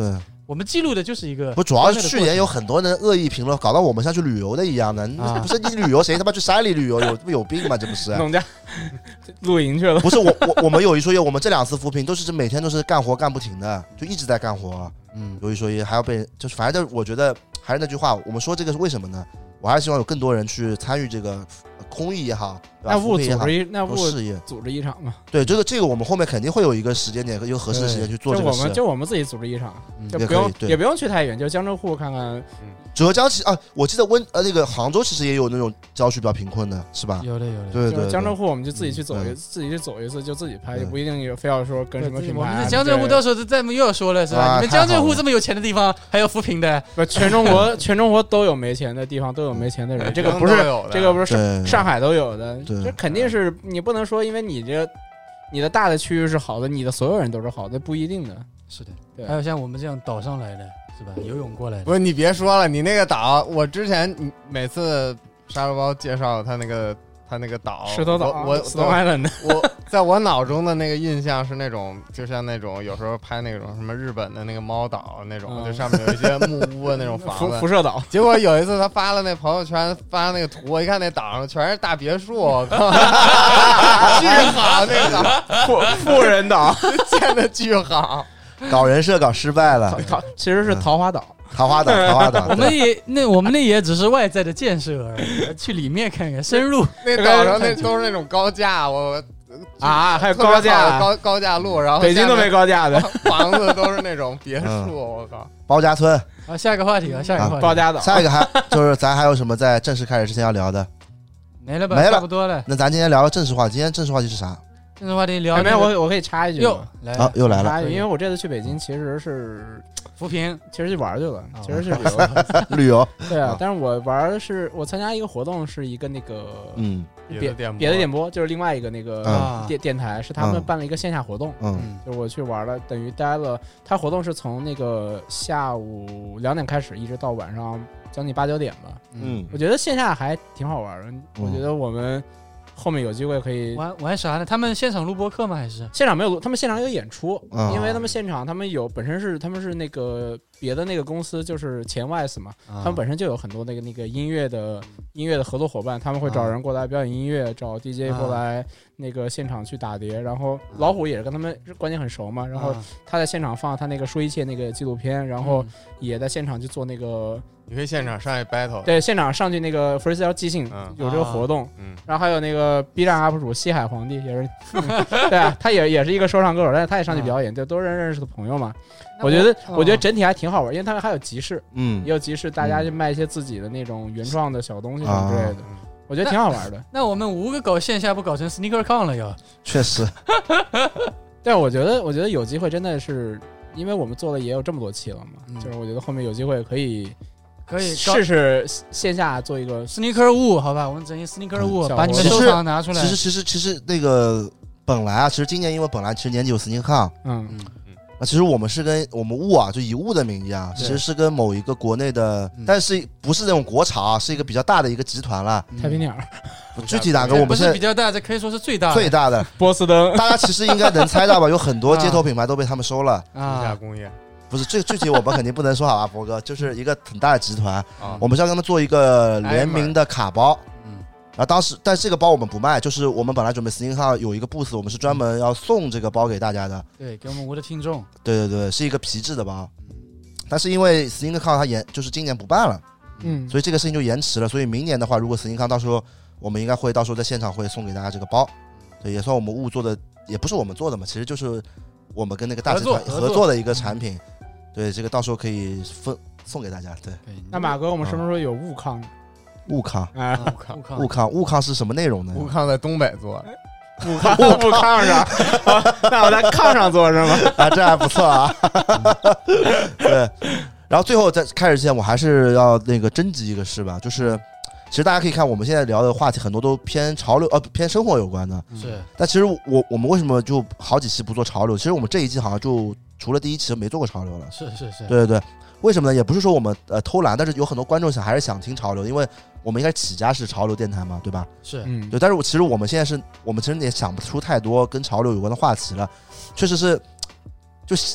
我们记录的就是一个不，主要是去年有很多人恶意评论，搞到我们像去旅游的一样的。啊、不是你旅游，谁他妈去山里旅游？有有病吗？这不是？ 农家露营去了。 不是我我我们有一说一，我们这两次扶贫都是每天都是干活干不停的，就一直在干活。嗯，有一说一，还要被就是反正我觉得还是那句话，我们说这个是为什么呢？我还是希望有更多人去参与这个公益也好， 那不组织一那不事业组织一场嘛？ 对，这个这个我们后面肯定会有一个时间点，一个合适的时间去做这个事。 就我们就我们自己组织一场，就不用也不用去太远，就江浙沪看看。 浙江其实啊，我记得温呃那个杭州其实也有那种郊区比较贫困的，是吧？ 有的有的。 对对， 江浙沪我们就自己去走一自己去走一次，就自己拍，也不一定有非要说跟什么品牌。 我们江浙沪到时候再又要说了是吧？你们江浙沪这么有钱的地方还有扶贫的？ 不，全中国全中国都有没钱的地方，都有没钱的人。这个不是这个不是上海都有的，这肯定是你不能说因为你这你的大的区域是好的，你的所有人都是好的，不一定的。 是的，对。还有像我们这样岛上来的。是吧？游泳过来的。 不是你别说了，你那个岛，我之前每次沙漏包介绍他那个他那个岛， 石头岛， 我我我在我脑中的那个印象是那种，就像那种有时候拍那种什么日本的那个猫岛那种，嗯、就上面有一些木屋的那种房子， 辐射岛。 结果有一次他发了那朋友圈，发那个图，我一看那岛上全是大别墅，我靠，巨好那个岛， 富富人岛建的巨好。 搞人设搞失败了， 其实是桃花岛， 桃花岛，桃花岛。 我们也那我们那也只是外在的建设而已，去里面看看，深入。 那岛上那都是那种高架，我啊还有高架高高架路，然后北京都没高架的房子都是那种别墅，我靠， 包家村。 啊，下一个话题啊，下一个话题， 包家岛。 下一个还就是咱还有什么在正式开始之前要聊的？ 没了吧？ 没了， 差不多了。 那咱今天聊正式话题，今天正式话题是啥？ 正式话题聊、 那个，没有我我可以插一句， 又来啊，又来了， 因为我这次去北京其实是扶贫， 其实去玩去了， 哦、 其实是旅游， 旅游， 对啊，但是我玩的是我参加一个活动，是一个那个嗯别别的点播，就是另外一个那个电、嗯、电台，是他们办了一个线下活动， 嗯， 就是我去玩了，等于待了，他活动是从那个下午两点开始，一直到晚上将近八九点吧， 嗯， 我觉得线下还挺好玩的，嗯、我觉得我们。后面有机会可以玩玩啥呢？他们现场录播课吗？还是现场没有录？他们现场有演出，嗯、因为他们现场他们有本身是他们是那个别的那个公司就是前 Y S 嘛，嗯、他们本身就有很多那个那个音乐的音乐的合作伙伴，他们会找人过来表演音乐，找 D J 过来那个现场去打碟，然后老虎也是跟他们关系很熟嘛，然后他在现场放他那个说一切那个纪录片，然后也在现场去做那个。 你可以现场上去 battle， 对，现场上去那个 freestyle 即兴、嗯、有这个活动，嗯，然后还有那个 B 站 U P 主西海皇帝也是，对啊，他也也是一个说唱歌手，但是他也上去表演，对、嗯，都是认识的朋友嘛。我, 我觉得、哦，我觉得整体还挺好玩，因为他们还有集市，嗯，也有集市，大家就卖一些自己的那种原创的小东西什么之类的，嗯、我觉得挺好玩的。 那, 那我们五个搞线下不搞成 SneakerCon 了要？ 确实， 但我觉得，我觉得有机会真的是，因为我们做了也有这么多期了嘛，嗯、就是我觉得后面有机会可以。 可以试试线下做一个 sneaker 物，好吧？我们整一 sneaker 物，把你们收藏拿出来。 其实，其实，其实那个本来啊，其实今年因为本来其实年底有 sneaker， 嗯嗯， 那其实我们是跟我们物啊，就以物的名义啊，其实是跟某一个国内的，但是不是那种国潮，是一个比较大的一个集团了。 太平鸟， 具体哪个我们是比较大，这可以说是最大的最大的波司登。 大家其实应该能猜到吧？有很多街头品牌都被他们收了啊，工业。 不是，这具体我们肯定不能说好吧，博哥，就是一个很大的集团，啊、我们是要跟他们做一个联名的卡包，嗯，然后当时，但这个包我们不卖，就是我们本来准备 SneakerCon 有一个 booth， 我们是专门要送这个包给大家的， 对，给我们我的听众， 对对对，是一个皮质的包，但是因为 SneakerCon 它延，就是今年不办了，嗯，所以这个事情就延迟了，所以明年的话，如果 SneakerCon 到时候我们应该会到时候在现场会送给大家这个包，对，也算我们物做的，也不是我们做的嘛，其实就是我们跟那个大集团合作的一个产品。对，这个到时候可以分送给大家。对， 那马哥，我们什么时候有物康？ 物康啊， 物康， 物康，物康是什么内容呢？ 物康在东北做， 物康，物康上，那我在炕上做是吗？ 啊，这还不错啊。对，然后最后在开始之前，我还是要那个征集一个事吧，就是。其实大家可以看，我们现在聊的话题很多都偏潮流，呃，偏生活有关的。 是。 但其实我我们为什么就好几期不做潮流？其实我们这一季好像就除了第一期没做过潮流了。 是是是。 对对对，为什么呢？也不是说我们呃偷懒，但是有很多观众想还是想听潮流，因为我们应该起家是潮流电台嘛，对吧？ 是。 嗯。对，但是我其实我们现在是我们其实也想不出太多跟潮流有关的话题了，确实是就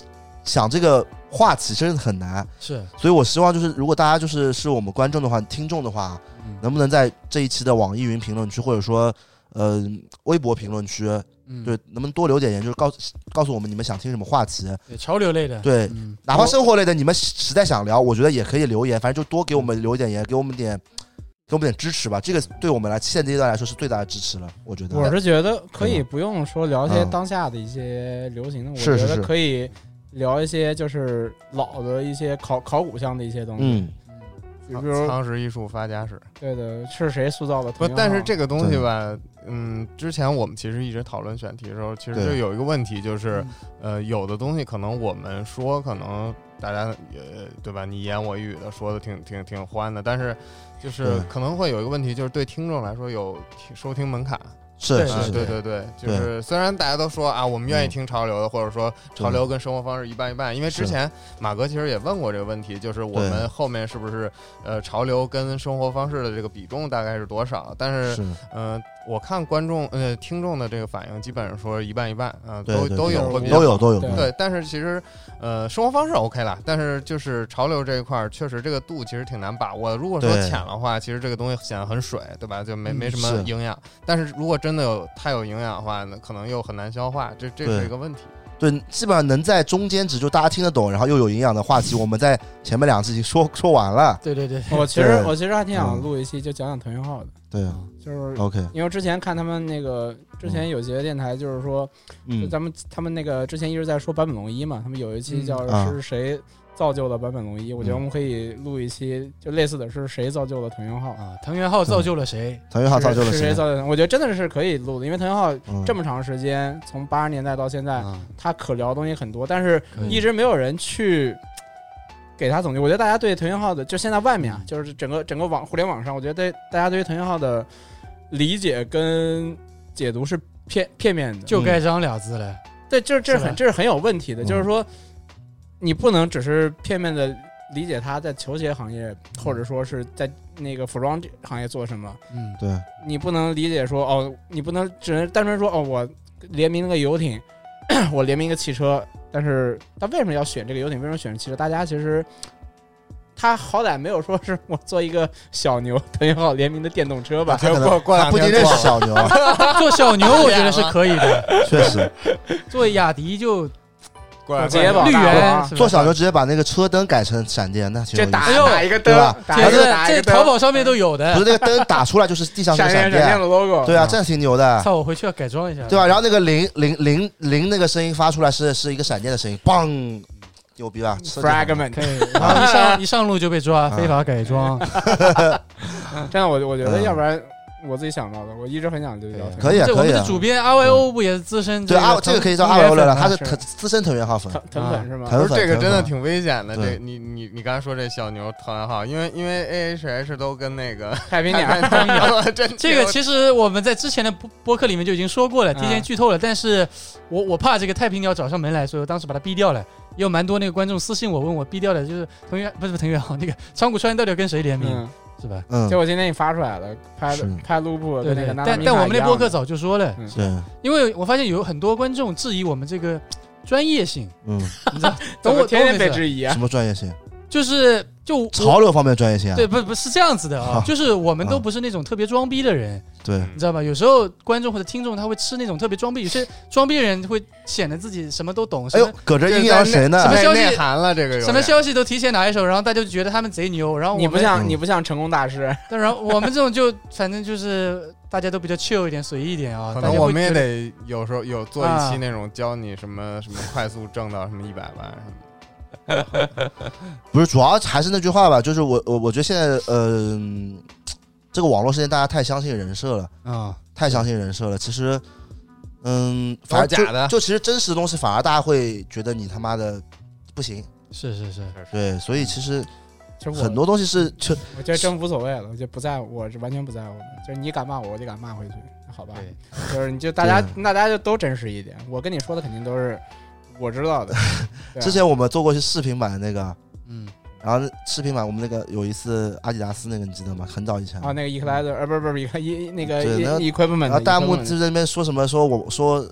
想这个话题真的很难， 是， 所以我希望就是如果大家就是是我们观众的话，听众的话，嗯、能不能在这一期的网易云评论区或者说呃微博评论区，嗯、对，能不能多留点言，就是告告诉我们你们想听什么话题， 对，潮流类的， 对， 嗯、 哪怕生活类的，你们实在想聊，我觉得也可以留言，反正就多给我们留一点言，给我们点。给我们点支持吧，这个对我们来现阶段来说是最大的支持了，我觉得。 我是觉得可以不用说聊一些当下的一些流行的， 嗯、 我觉得可以聊一些就是老的一些考考古项的一些东西。嗯，比如藏史艺术发家史。 对的，是谁塑造的？ 不，但是这个东西吧，嗯，之前我们其实一直讨论选题的时候，其实就有一个问题，就是呃，有的东西可能我们说可能大家也对吧，你言我语的说的挺挺挺欢的，但是。就是可能会有一个问题，就是对听众来说有收听门槛。 是是，对对对，就是虽然大家都说啊，我们愿意听潮流的，或者说潮流跟生活方式一半一半，因为之前马哥其实也问过这个问题，就是我们后面是不是呃潮流跟生活方式的这个比重大概是多少？但是呃，我看观众呃听众的这个反应，基本上说一半一半啊，都都有会比较都有都有对，但是其实呃生活方式 OK 了，但是就是潮流这一块确实这个度其实挺难把握的。如果说浅的话，其实这个东西显得很水，对吧？就没没什么营养。但是如果真的有太有营养的话，那可能又很难消化，这这是一个问题。 对，基本上能在中间值，就大家听得懂，然后又有营养的话题，我们在前面两次已经说说完了。 对对对， 我其实我其实还挺想录一期，就讲讲腾讯号的。 对啊， 就是 OK， 因为之前看他们那个之前有些电台，就是说， 嗯， 就咱们他们那个之前一直在说坂本龙一嘛，他们有一期叫是谁造就了坂本龙一，我觉得我们可以录一期，就类似的是谁造就了腾讯号啊？腾讯号造就了谁？ 腾讯号造就了谁？ 是谁造就了？我觉得真的是可以录的，因为腾讯号这么长时间，从八十年代到现在，它可聊的东西很多，但是一直没有人去给他总结。我觉得大家对腾讯号的，就现在外面啊，就是整个整个网互联网上，我觉得对大家对于腾讯号的理解跟解读是片片面的， 就盖章俩字了。 对，这这是很这是很有问题的，就是说。你不能只是片面的理解他在球鞋行业，或者说是在那个服装行业做什么。 嗯，对。 你不能理解说哦，你不能只能单纯说哦，我联名那个游艇，我联名一个汽车，但是他为什么要选这个游艇？为什么选汽车？大家其实他好歹没有说是我做一个小牛腾讯号联名的电动车吧？ 他过过两天做小牛， 做小牛我觉得是可以的， 确实。 做雅迪就。 直接绿源做小牛直接把那个车灯改成闪电，那这打打一个灯， 对吧？ 这淘宝上面都有的， 不是那个灯打出来就是地上是闪电的 logo， 对啊，这挺牛的。 操，我回去要改装一下， 对吧？然后那个铃铃铃铃那个声音发出来是是一个闪电的声音，嘣，牛逼吧 ？Fragment， 然后一上一上路就被抓，非法改装。 真的，我我觉得要不然。我自己想到的，我一直很想就聊。 可以啊，可以啊。 我们的主编 R Y O 不也是资深？ 对啊，这个可以叫 R Y O 了，他是腾资深腾讯号粉， 腾粉是吗？ 腾粉， 这个真的挺危险的。这你你你刚才说这小牛腾讯号，因为因为 A H H 都跟那个太平鸟， 这个其实我们在之前的播播客里面就已经说过了，提前剧透了。但是我我怕这个太平鸟找上门来，所以我当时把它逼掉了。也有蛮多那个观众私信我问我逼掉的，就是腾讯不是腾讯号那个长谷川到底要跟谁联名？是吧？ 嗯， 结果今天你发出来了，拍拍录布跟那个， 但但我们那播客早就说了， 是因为我发现有很多观众质疑我们这个专业性， 嗯， 你知道， 等我天天被质疑啊， 什么专业性？ 就是就潮流方面的专业性啊？ 对，不不是这样子的啊，就是我们都不是那种特别装逼的人， 对， 你知道吧？有时候观众或者听众他会吃那种特别装逼，有些装逼的人会显得自己什么都懂。 哎呦，搁这阴阳谁呢？ 什么消息内涵了这个？ 什么消息都提前拿一手，然后大家就觉得他们贼牛。然后你不像你不像成功大师， 当然我们这种就反正就是大家都比较 chill 一点，随意一点啊。 可能我们也得有时候有做一期那种教你什么什么快速挣到什么一百万什么的。 不是，主要还是那句话吧，就是我我我觉得现在呃，这个网络世界大家太相信人设了啊、嗯，太相信人设了。其实，嗯，反而假的， 就其实真实的东西反而大家会觉得你他妈的不行。 是是是， 对，所以其实很多东西是就我觉得真无所谓了，我觉得不在乎，我是完全不在乎的，就是你敢骂我，我就敢骂回去，好吧？就是你就大家那大家就都真实一点，我跟你说的肯定都是。我知道的， 之前我们做过去视频版的那个， 嗯， 然后视频版我们那个有一次阿迪达斯那个你记得吗？很早以前啊，那个 Eclipse，呃，不是不是一个一那个 Equipment， 然后弹幕就在那边说什么，说我说那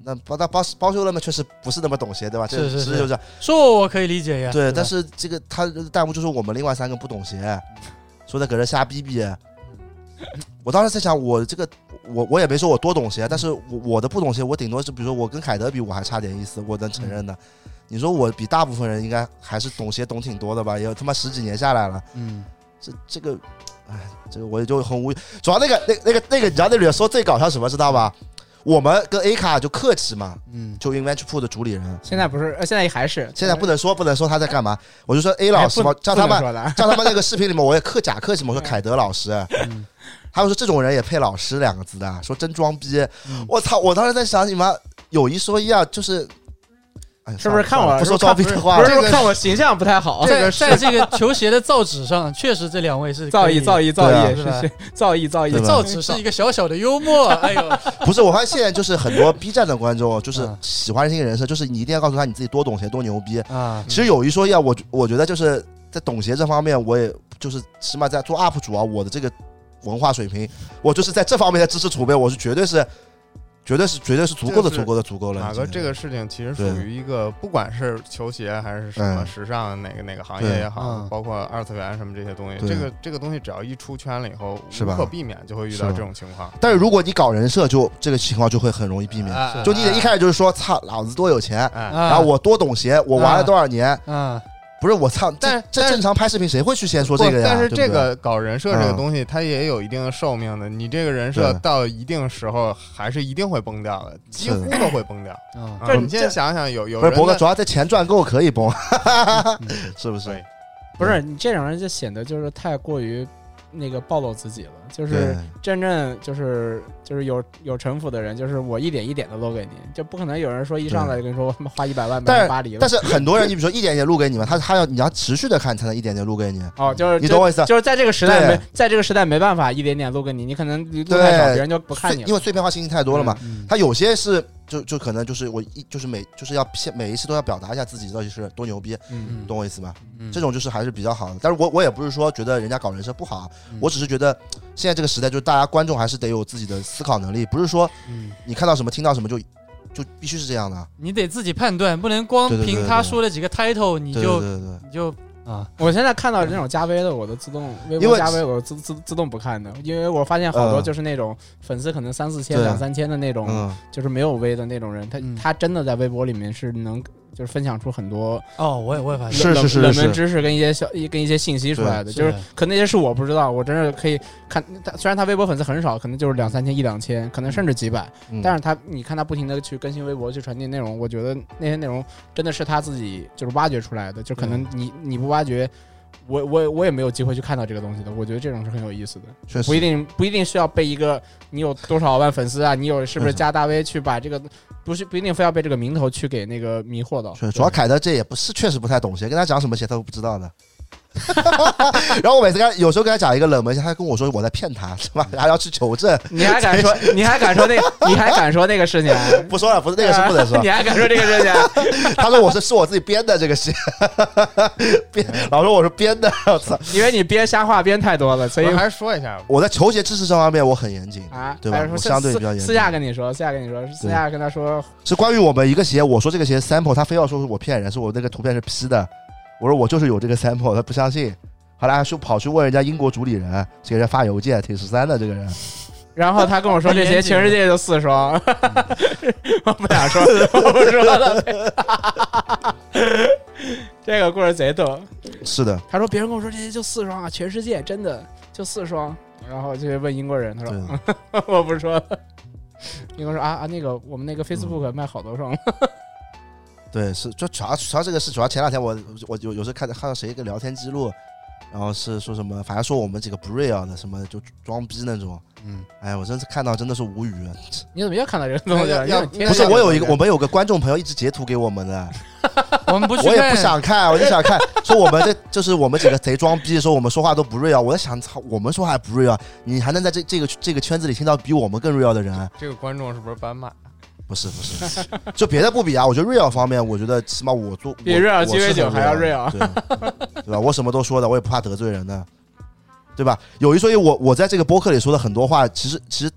那包那包包修了嘛，确实不是那么懂鞋，对吧？ 是是是就是说我我可以理解呀。 对，但是这个他弹幕就说我们另外三个不懂鞋，说在搁这瞎逼逼。我当时在想，我这个我我也没说我多懂鞋，但是我我的不懂鞋，我顶多是比如说我跟凯德比，我还差点意思，我能承认的。你说我比大部分人应该还是懂鞋懂挺多的吧？也有他妈十几年下来了。 嗯， 这这个，哎，这个我也就很无语。主要那个那那个那个，你知道那里面说最搞笑什么，知道吧？我们跟 A 卡就客气嘛，嗯，就 Inventure Pool 的主理人， 现在不是，呃，现在还是， 现在不能说不能说他在干嘛，我就说 A 老师嘛，叫他们叫他们那个视频里面，我也客假客气嘛，我说凯德老师，嗯，他们说这种人也配老师两个字的，说真装逼，嗯、我操！我当时在想，你们有一说一啊，就是。 是不是看我不说装逼的话？ 不是看我形象不太好。 这个在这个球鞋的造纸上，确实这两位是造诣造诣造诣是吧？造诣造诣。 造纸是一个小小的幽默。哎呦， 不是，我发现现在就是很多 B 站的观众就是喜欢这个人设，就是你一定要告诉他你自己多懂鞋多牛逼啊。其实有一说一啊，我我觉得就是在懂鞋这方面，我也就是起码在做 U P 主啊，我的这个文化水平，我就是在这方面的知识储备，我是绝对是。绝对是绝对是足够的足够的足够了。 马哥，这个事情其实属于一个，不管是球鞋还是什么时尚哪个哪个行业也好，包括二次元什么这些东西，这个这个东西只要一出圈了以后，无可避免就会遇到这种情况。 但是如果你搞人设，就这个情况就会很容易避免。就你得一开始就是说，操，老子多有钱，然后我多懂鞋，我玩了多少年。嗯。不是我操，但这正常拍视频谁会去先说这个呀？ 但是这个搞人设这个东西，它也有一定的寿命的。你这个人设到一定时候，还是一定会崩掉的，几乎都会崩掉。嗯，你现在想想，有有人博哥主要这钱赚够可以崩，是不是？ 不是你这种人就显得就是太过于那个暴露自己了，就是真正就是就是有有城府的人，就是我一点一点的露给你，就不可能有人说一上来就跟你说我他妈花一百万买巴黎了。 但是很多人，你比如说一点点录给你嘛，他他要你要持续的看才能一点点录给你。 哦，就是你懂我意思？ 就是在这个时代没在这个时代没办法一点点录给你，你可能录太少，别人就不看你了。 因为碎片化信息太多了嘛，嗯、他有些是就就可能就是我一就是每就是要每一次都要表达一下自己到底是多牛逼，嗯、懂我意思吧？嗯、这种就是还是比较好的。但是我我也不是说觉得人家搞人设不好，嗯、我只是觉得现在这个时代就是大家观众还是得有自己的思考能力，不是说你看到什么听到什么就就必须是这样的， 你得自己判断，不能光凭他说的几个 title 你就你就啊！ 我现在看到那种加微的，我都自动微博加微，我自自自动不看的，因为我发现好多就是那种粉丝可能三四千、两三千的那种，就是没有微的那种人，他他真的在微博里面是能。就是分享出很多哦，我也我也发现是是是冷门知识跟一些小跟一些信息出来的，就是可能那些是我不知道，我真是可以看。虽然他微博粉丝很少，可能就是两三千一两千，可能甚至几百，嗯、但是他你看他不停的去更新微博去传递内容，我觉得那些内容真的是他自己就是挖掘出来的，就可能你你不挖掘。我我我也没有机会去看到这个东西的，我觉得这种是很有意思的，不一定不一定需要被一个你有多少万粉丝啊，你有是不是加大 V 去把这个不是不一定非要被这个名头去给那个迷惑到。 主要凯德这也不是确实不太懂鞋，跟他讲什么鞋他都不知道的。然后我每次跟他有时候跟他讲一个冷门鞋，他跟我说我在骗他，是吧？还要去求证。 你还敢说？你还敢说那个？你还敢说那个事情？ 不说了，不是那个是不能说。 你还敢说这个事情？ 他说我是是我自己编的这个鞋，编老说我是编的，我操！ 因为你编瞎话编太多了，所以我还是说一下， 我在球鞋知识这方面我很严谨啊，对吧？我相对比较严谨。 私下跟你说，私下跟你说，私下跟他说， 是关于我们一个鞋，我说这个鞋 sample， 他非要说是我骗人，是我那个图片是 P 的，我说我就是有这个 sample， 他不相信。后来就跑去问人家英国主理人，给人家发邮件，挺十三的这个人。 然后他跟我说这鞋全世界就四双，我不想说，我不说了。这个故事贼逗。 是的， 他说别人跟我说这些就四双啊，全世界真的就四双。然后就问英国人，他说我不说了。英国说啊啊，那个我们那个 Facebook 卖好多双。 对，是就主要主要这个是主要前两天我我有有时候看看到谁一个聊天记录。然后是说什么，反正说我们几个不 real 的，什么就装逼那种。嗯，哎，我真是看到真的是无语。 你怎么又看到这个东西？ 不是，我有一个，我们有个观众朋友一直截图给我们的。 我们不去， 我也不想看，我就想看，说我们这就是我们几个贼装逼，说我们说话都不 real。我在想，操，我们说话还不 real，你还能在这这个这个圈子里听到比我们更 real 的人？ 这个观众是不是斑马？ 不是不是，就别的不比啊，我觉得 real 方面，我觉得起码我做比 real 鸡尾酒还要 real， 对, 对吧？我什么都说的，我也不怕得罪人的，对吧？有一说一，我我在这个播客里说的很多话，其实其实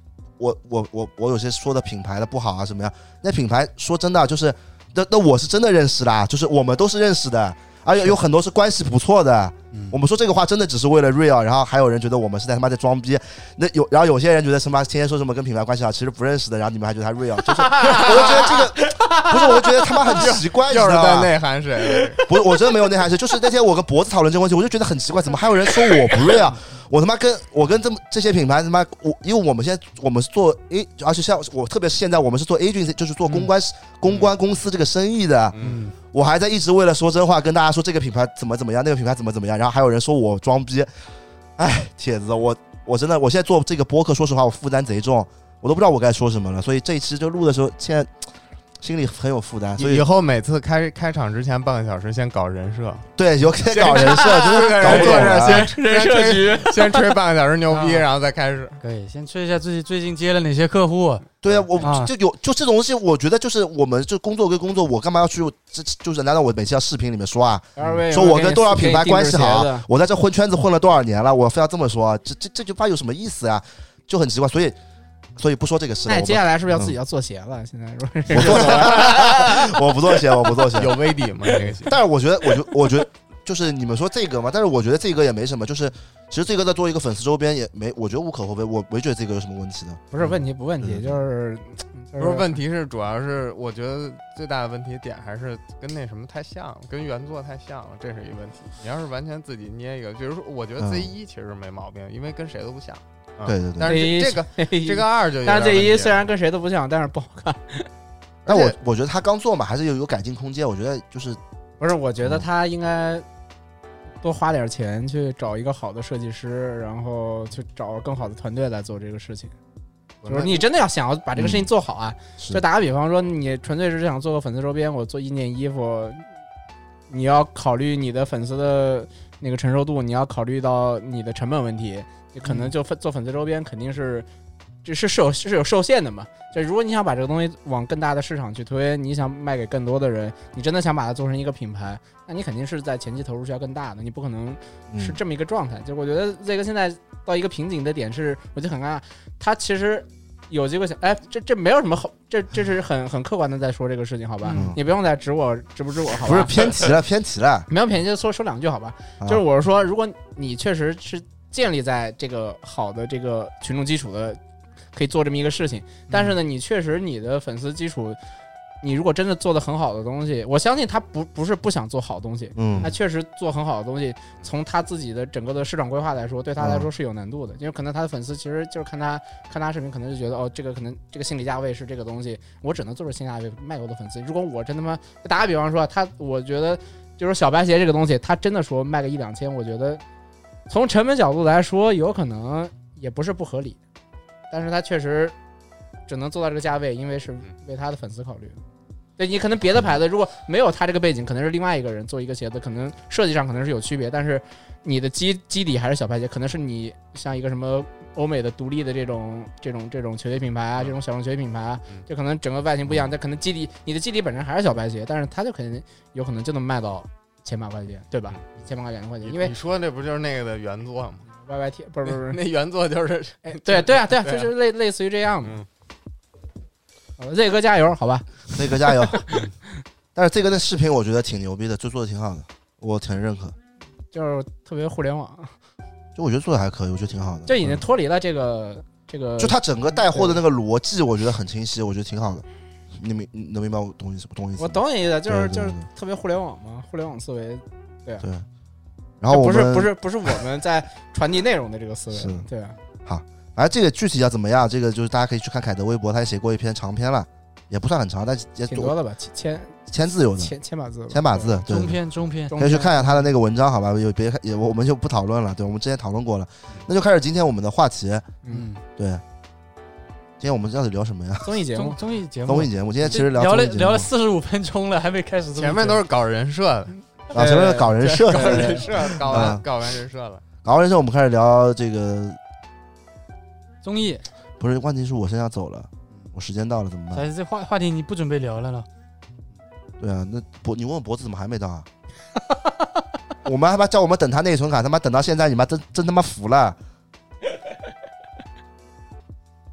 我我我我有些说的品牌的不好啊什么样，那品牌说真的就是那那我是真的认识的，就是我们都是认识的，而且有很多是关系不错的。我们说这个话真的只是为了 real， 然后还有人觉得我们是在他妈在装逼。那有，然后有些人觉得什么天天说什么跟品牌关系好，其实不认识的，然后你们还觉得他 real， 就是我就觉得这个不是，我就觉得他妈很奇怪， 又是在内涵谁？ 不是，我真的没有内涵谁，就是那天我跟脖子讨论这个问题，我就觉得很奇怪，怎么还有人说我不 real？我他妈跟我跟这么这些品牌他妈我，因为我们现在我们是做 A， 而且像我特别是现在我们是做 agency， 就是做公关、嗯、公关公司这个生意的，嗯，我还在一直为了说真话跟大家说这个品牌怎么怎么样，那个品牌怎么怎么样，然后还有人说我装逼，哎，铁子，我我真的我现在做这个播客，说实话我负担贼重，我都不知道我该说什么了，所以这一期就录的时候，现在。心里很有负担，所以以后每次开开场之前半个小时先搞人设， 对，有先搞人设，就是搞不懂了， 先人设局，先吹半个小时牛逼，然后再开始。 可以先吹一下自己最近接了哪些客户。 对啊，我就有就这种东西，我觉得就是我们就工作归工作，我干嘛要去？这就是难道我每次要视频里面说啊，说我跟多少品牌关系好，我在这混圈子混了多少年了，我非要这么说，这这这句话有什么意思啊？就很奇怪，所以。所以不说这个事了。 那接下来是不是要自己要做鞋了？嗯、现在我做鞋，我不做鞋，我不做鞋。 有 V D 吗？这个鞋？ 但是我觉得，我觉我觉得就是你们说这个嘛，但是我觉得这个也没什么。就是其实这个在做一个粉丝周边也没，我觉得无可厚非。我没觉得这个有什么问题的。 不是问题，不问题，就是、 就是、不是问题是主要是我觉得最大的问题点还是跟那什么太像了，跟原作太像了，这是一个问题。你要是完全自己捏一个，比如说，我觉得 Z 一其实没毛病，因为跟谁都不像。 嗯、对对对， 但是这个这个二就， 但是这一虽然跟谁都不像，但是不好看。 但我我觉得他刚做嘛，还是有有改进空间。我觉得就是不是，我觉得他应该多花点钱去找一个好的设计师，然后去找更好的团队来做这个事情。就是你真的要想要把这个事情做好啊，嗯、就打个比方说，你纯粹是想做个粉丝周边，我做一件衣服，你要考虑你的粉丝的那个承受度，你要考虑到你的成本问题。可能就做粉丝周边肯定是，这是是有是有受限的嘛。就如果你想把这个东西往更大的市场去推，你想卖给更多的人，你真的想把它做成一个品牌，那你肯定是在前期投入是要更大的，你不可能是这么一个状态。嗯、就我觉得这个现在到一个瓶颈的点是，我就很尴尬。他其实有机会想，哎，这这没有什么好，这这是很很客观的在说这个事情，好吧？嗯、你不用再指我指不指我，好吧？ 不是偏题了，偏题了， 没有偏题，就说说两句，好吧？啊、就是我是说，如果你确实是。建立在这个好的这个群众基础的，可以做这么一个事情。但是呢，你确实你的粉丝基础，你如果真的做的很好的东西，我相信他不不是不想做好东西，嗯，他确实做很好的东西。从他自己的整个的市场规划来说，对他来说是有难度的，因为可能他的粉丝其实就是看他看他视频，可能就觉得哦，这个可能这个心理价位是这个东西，我只能做出性价比卖给我的粉丝。如果我真他妈打个比方说，他我觉得就是小白鞋这个东西，他真的说卖个一两千，我觉得。从成本角度来说，有可能也不是不合理，但是他确实只能做到这个价位，因为是为他的粉丝考虑的。对，你可能别的牌子如果没有他这个背景，可能是另外一个人做一个鞋子，可能设计上可能是有区别，但是你的基基底还是小白鞋，可能是你像一个什么欧美的独立的这种这种这种球鞋品牌啊，这种小众球鞋品牌啊，就可能整个外形不一样，但可能基底你的基底本身还是小白鞋，但是他就肯定有可能就能卖到。千把块钱，对吧？一千八两千块钱，因为你说那不就是那个的原作吗 ？Y Y T 不是不是那原作就是， 哎，对对啊对啊，就是类类似于这样嘛。嗯，Z 哥加油，好吧 ，Z 哥加油。但是这个的视频我觉得挺牛逼的，就做的挺好的，我挺认可。 就是特别互联网， 就我觉得做的还可以，我觉得挺好的。 就已经脱离了这个、嗯、这个， 就他整个带货的那个逻辑，我觉得很清晰，我觉得挺好的。你明你能明白我懂意思不？懂意思？ 我懂你意思，就是就是特别互联网嘛，互联网思维，对啊。 对。然后我们不是不是不是我们在传递内容的这个思维， 是， 对啊。 好，反正这个具体要怎么样，这个就是大家可以去看凯德微博，他也写过一篇长篇了，也不算很长，但也挺多的吧，千千字有的， 千千把字， 千把字， 中篇中篇， 可以去看一下他的那个文章，好吧？有别也我们就不讨论了，对，我们之前讨论过了，那就开始今天我们的话题，嗯，对。今天我们到底聊什么呀？ 综艺节目， 综艺节目， 综艺节目。今天其实聊聊了聊了四十五分钟了，还没开始。 前面都是搞人设的， 啊，前面是搞人设， 搞人设，搞完搞完人设了。 搞完人设，我们开始聊这个综艺。 不是，问题是我现在要走了，我时间到了怎么办？ 这话话题你不准备聊了了？ 对啊，那脖你问我脖子怎么还没到啊？我们还把叫我们等他内存卡，他妈等到现在，你妈真真他妈服了。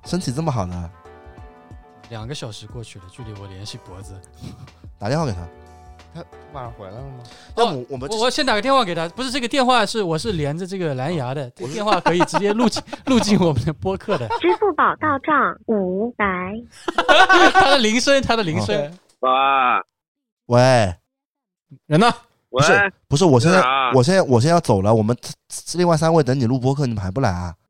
身体这么好的。 两个小时过去了，距离我联系脖子， 打电话给他。 他晚上回来了吗？ 要不我们我我先打个电话给他，不是这个电话是我是连着这个蓝牙的，这个电话可以直接录进录进我们的播客的。 支付宝到账五百。 他的铃声，他的铃声。 喂喂， 人呢？ 不是不是，我现在我现在我现在要走了，我们另外三位等你录播客，你们还不来啊？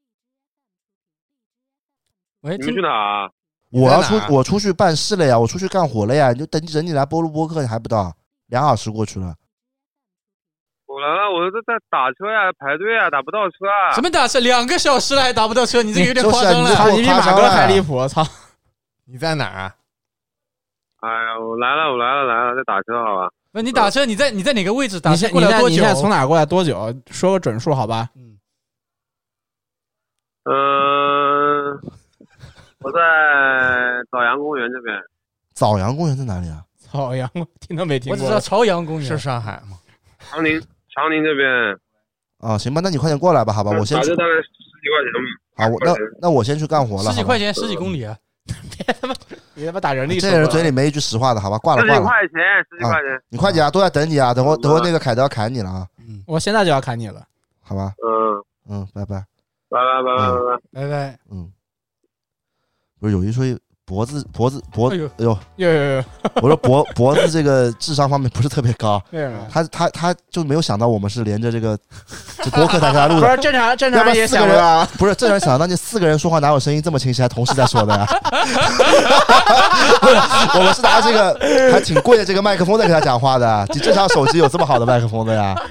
喂， 你们去哪啊？ 我要出我出去办事了呀，我出去干活了呀，你就等等你来播录播客，你还不到，两小时过去了。 我来了，我在在打车呀，排队啊，打不到车啊。 什么打车？两个小时了还打不到车，你这个有点夸张了。 操， 你比马哥还离谱！操， 你在哪儿啊？ 哎呀，我来了，我来了，来了，在打车，好吧？ 不，你打车，你在你在哪个位置？打车过来多久？ 你现在从哪过来多久？说个准数，好吧？ 嗯。 嗯。我在枣阳公园这边。 枣阳公园在哪里啊？ 枣阳，听都没听过。 我只知道朝阳公园是上海吗？ 长宁，长宁这边。 啊，行吧，那你快点过来吧，好吧，我先。 打车大概十几块钱吧。 好，我那那我先去干活了。 十几块钱，十几公里啊！ 别他妈，别他妈打人力！ 这人嘴里没一句实话的，好吧，挂了挂了。 十几块钱，十几块钱。 你快点啊，都在等你啊！等会等会那个凯德要砍你了啊！ 嗯，我现在就要砍你了， 好吧？ 嗯嗯，拜拜， 拜拜拜拜拜拜拜拜。 嗯。不是有一说一，脖子脖子脖子，哎呦呦呦呦！ 我说脖脖子这个智商方面不是特别高， 为什么？ 他他他就没有想到我们是连着这个这播客才给他录的。 不是正常正常人也想啊， 不是正常想到那四个人说话哪有声音这么清晰，还同时在说的呀？我们是拿这个还挺贵的这个麦克风在跟他讲话的，你正常手机有这么好的麦克风的呀？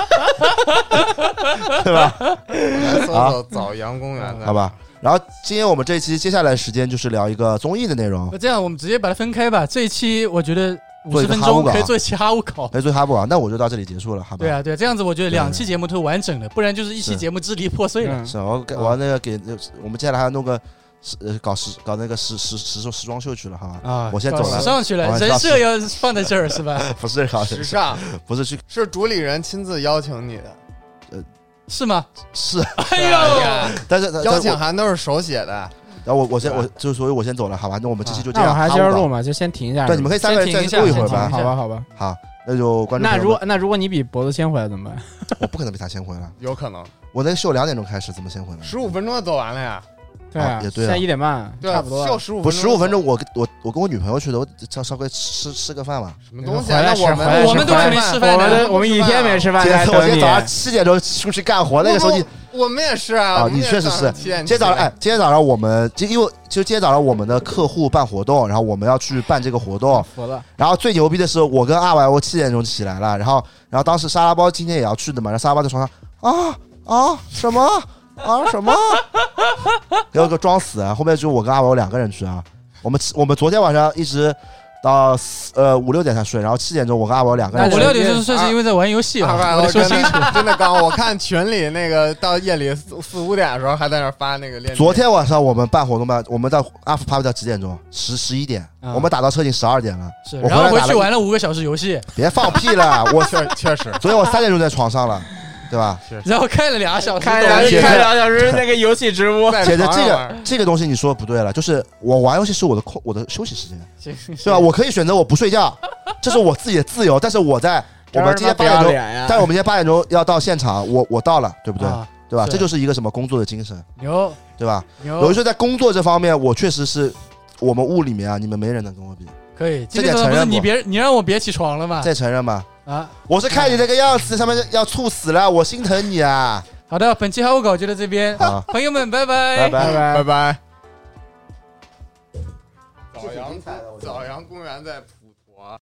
对吧？ 好，枣阳公园的， 好吧。然后今天我们这一期接下来的时间就是聊一个综艺的内容。 那这样我们直接把它分开吧。这一期我觉得五十分钟可以做一期哈乌稿， 可以做哈乌稿。那我就到这里结束了，好吧？ 对啊，对啊，这样子我觉得两期节目都是完整的，不然就是一期节目支离破碎了。 是，我我要那个给我们接下来还要弄个呃搞时搞那个时时时时装秀去了，好吧？啊，我先走了。 时尚去了，人设要放在这儿是吧？ 不是搞时尚， 不是去， 是主理人亲自邀请你的。 呃。 是吗？ 是， 哎呦， 但是邀请函都是手写的。 然后我我先我就所以我先走了，好吧？那我们这期就这样。 那我还接着录嘛，就先停一下。 对，你们可以三个人再录一会儿吧。 好吧，好吧。 好，那就观众。 那如果那如果你比脖子先回来怎么办？ 我不可能比他先回来。 有可能。 我那个秀两点钟开始，怎么先回来？ 十五分钟就走完了呀。 对啊， 也对， 现在一点半，差不多。 秀十五， 不十五分钟，我我我跟我女朋友去的，我稍稍微吃吃个饭嘛。 什么东西？那我们我们都肯定吃饭的， 我们一天没吃饭。 我今天早上七点钟出去干活，那个时候你我们也是啊。 啊，你确实是。今天早上哎，今天早上我们就因为就今天早上我们的客户办活动，然后我们要去办这个活动。然后最牛逼的是，我跟阿歪我七点钟起来了，然后然后当时沙拉包今天也要去的嘛，然后沙拉包在床上啊啊什么？啊什么？给我个装死啊！后面就我跟阿伟两个人去啊。我们我们昨天晚上一直到呃五六点才睡，然后七点钟我跟阿伟两个人。 五六点钟睡是因为在玩游戏啊！我得说清楚， 真的刚我看群里那个到夜里四四五点的时候还在那发那个链接。 昨天晚上我们办活动办，我们到阿福趴到几点钟？十十一点，我们打到车已经十二点了。 是，然后回去玩了五个小时游戏。 别放屁了，我确确实， 昨天我三点钟在床上了。对吧？ 然后开了俩小时， 开两开两小时那个游戏直播。 姐姐，这个这个东西你说不对了，就是我玩游戏是我的空我的休息时间，对吧？我可以选择我不睡觉，这是我自己的自由。但是我在我们今天八点钟，但是我们今天八点钟要到现场，我我到了，对不对？对吧？这就是一个什么工作的精神， 牛， 对吧？有的时候在工作这方面，我确实是我们屋里面啊，你们没人能跟我比。 可以， 这点承认你别你让我别起床了吗？ 再承认吧。 啊！ 我是看你这个样子，上面要猝死了，我心疼你啊！ 好的，本期哈乌稿就到这边，朋友们，拜拜，拜拜，拜拜。 枣阳枣阳公园在。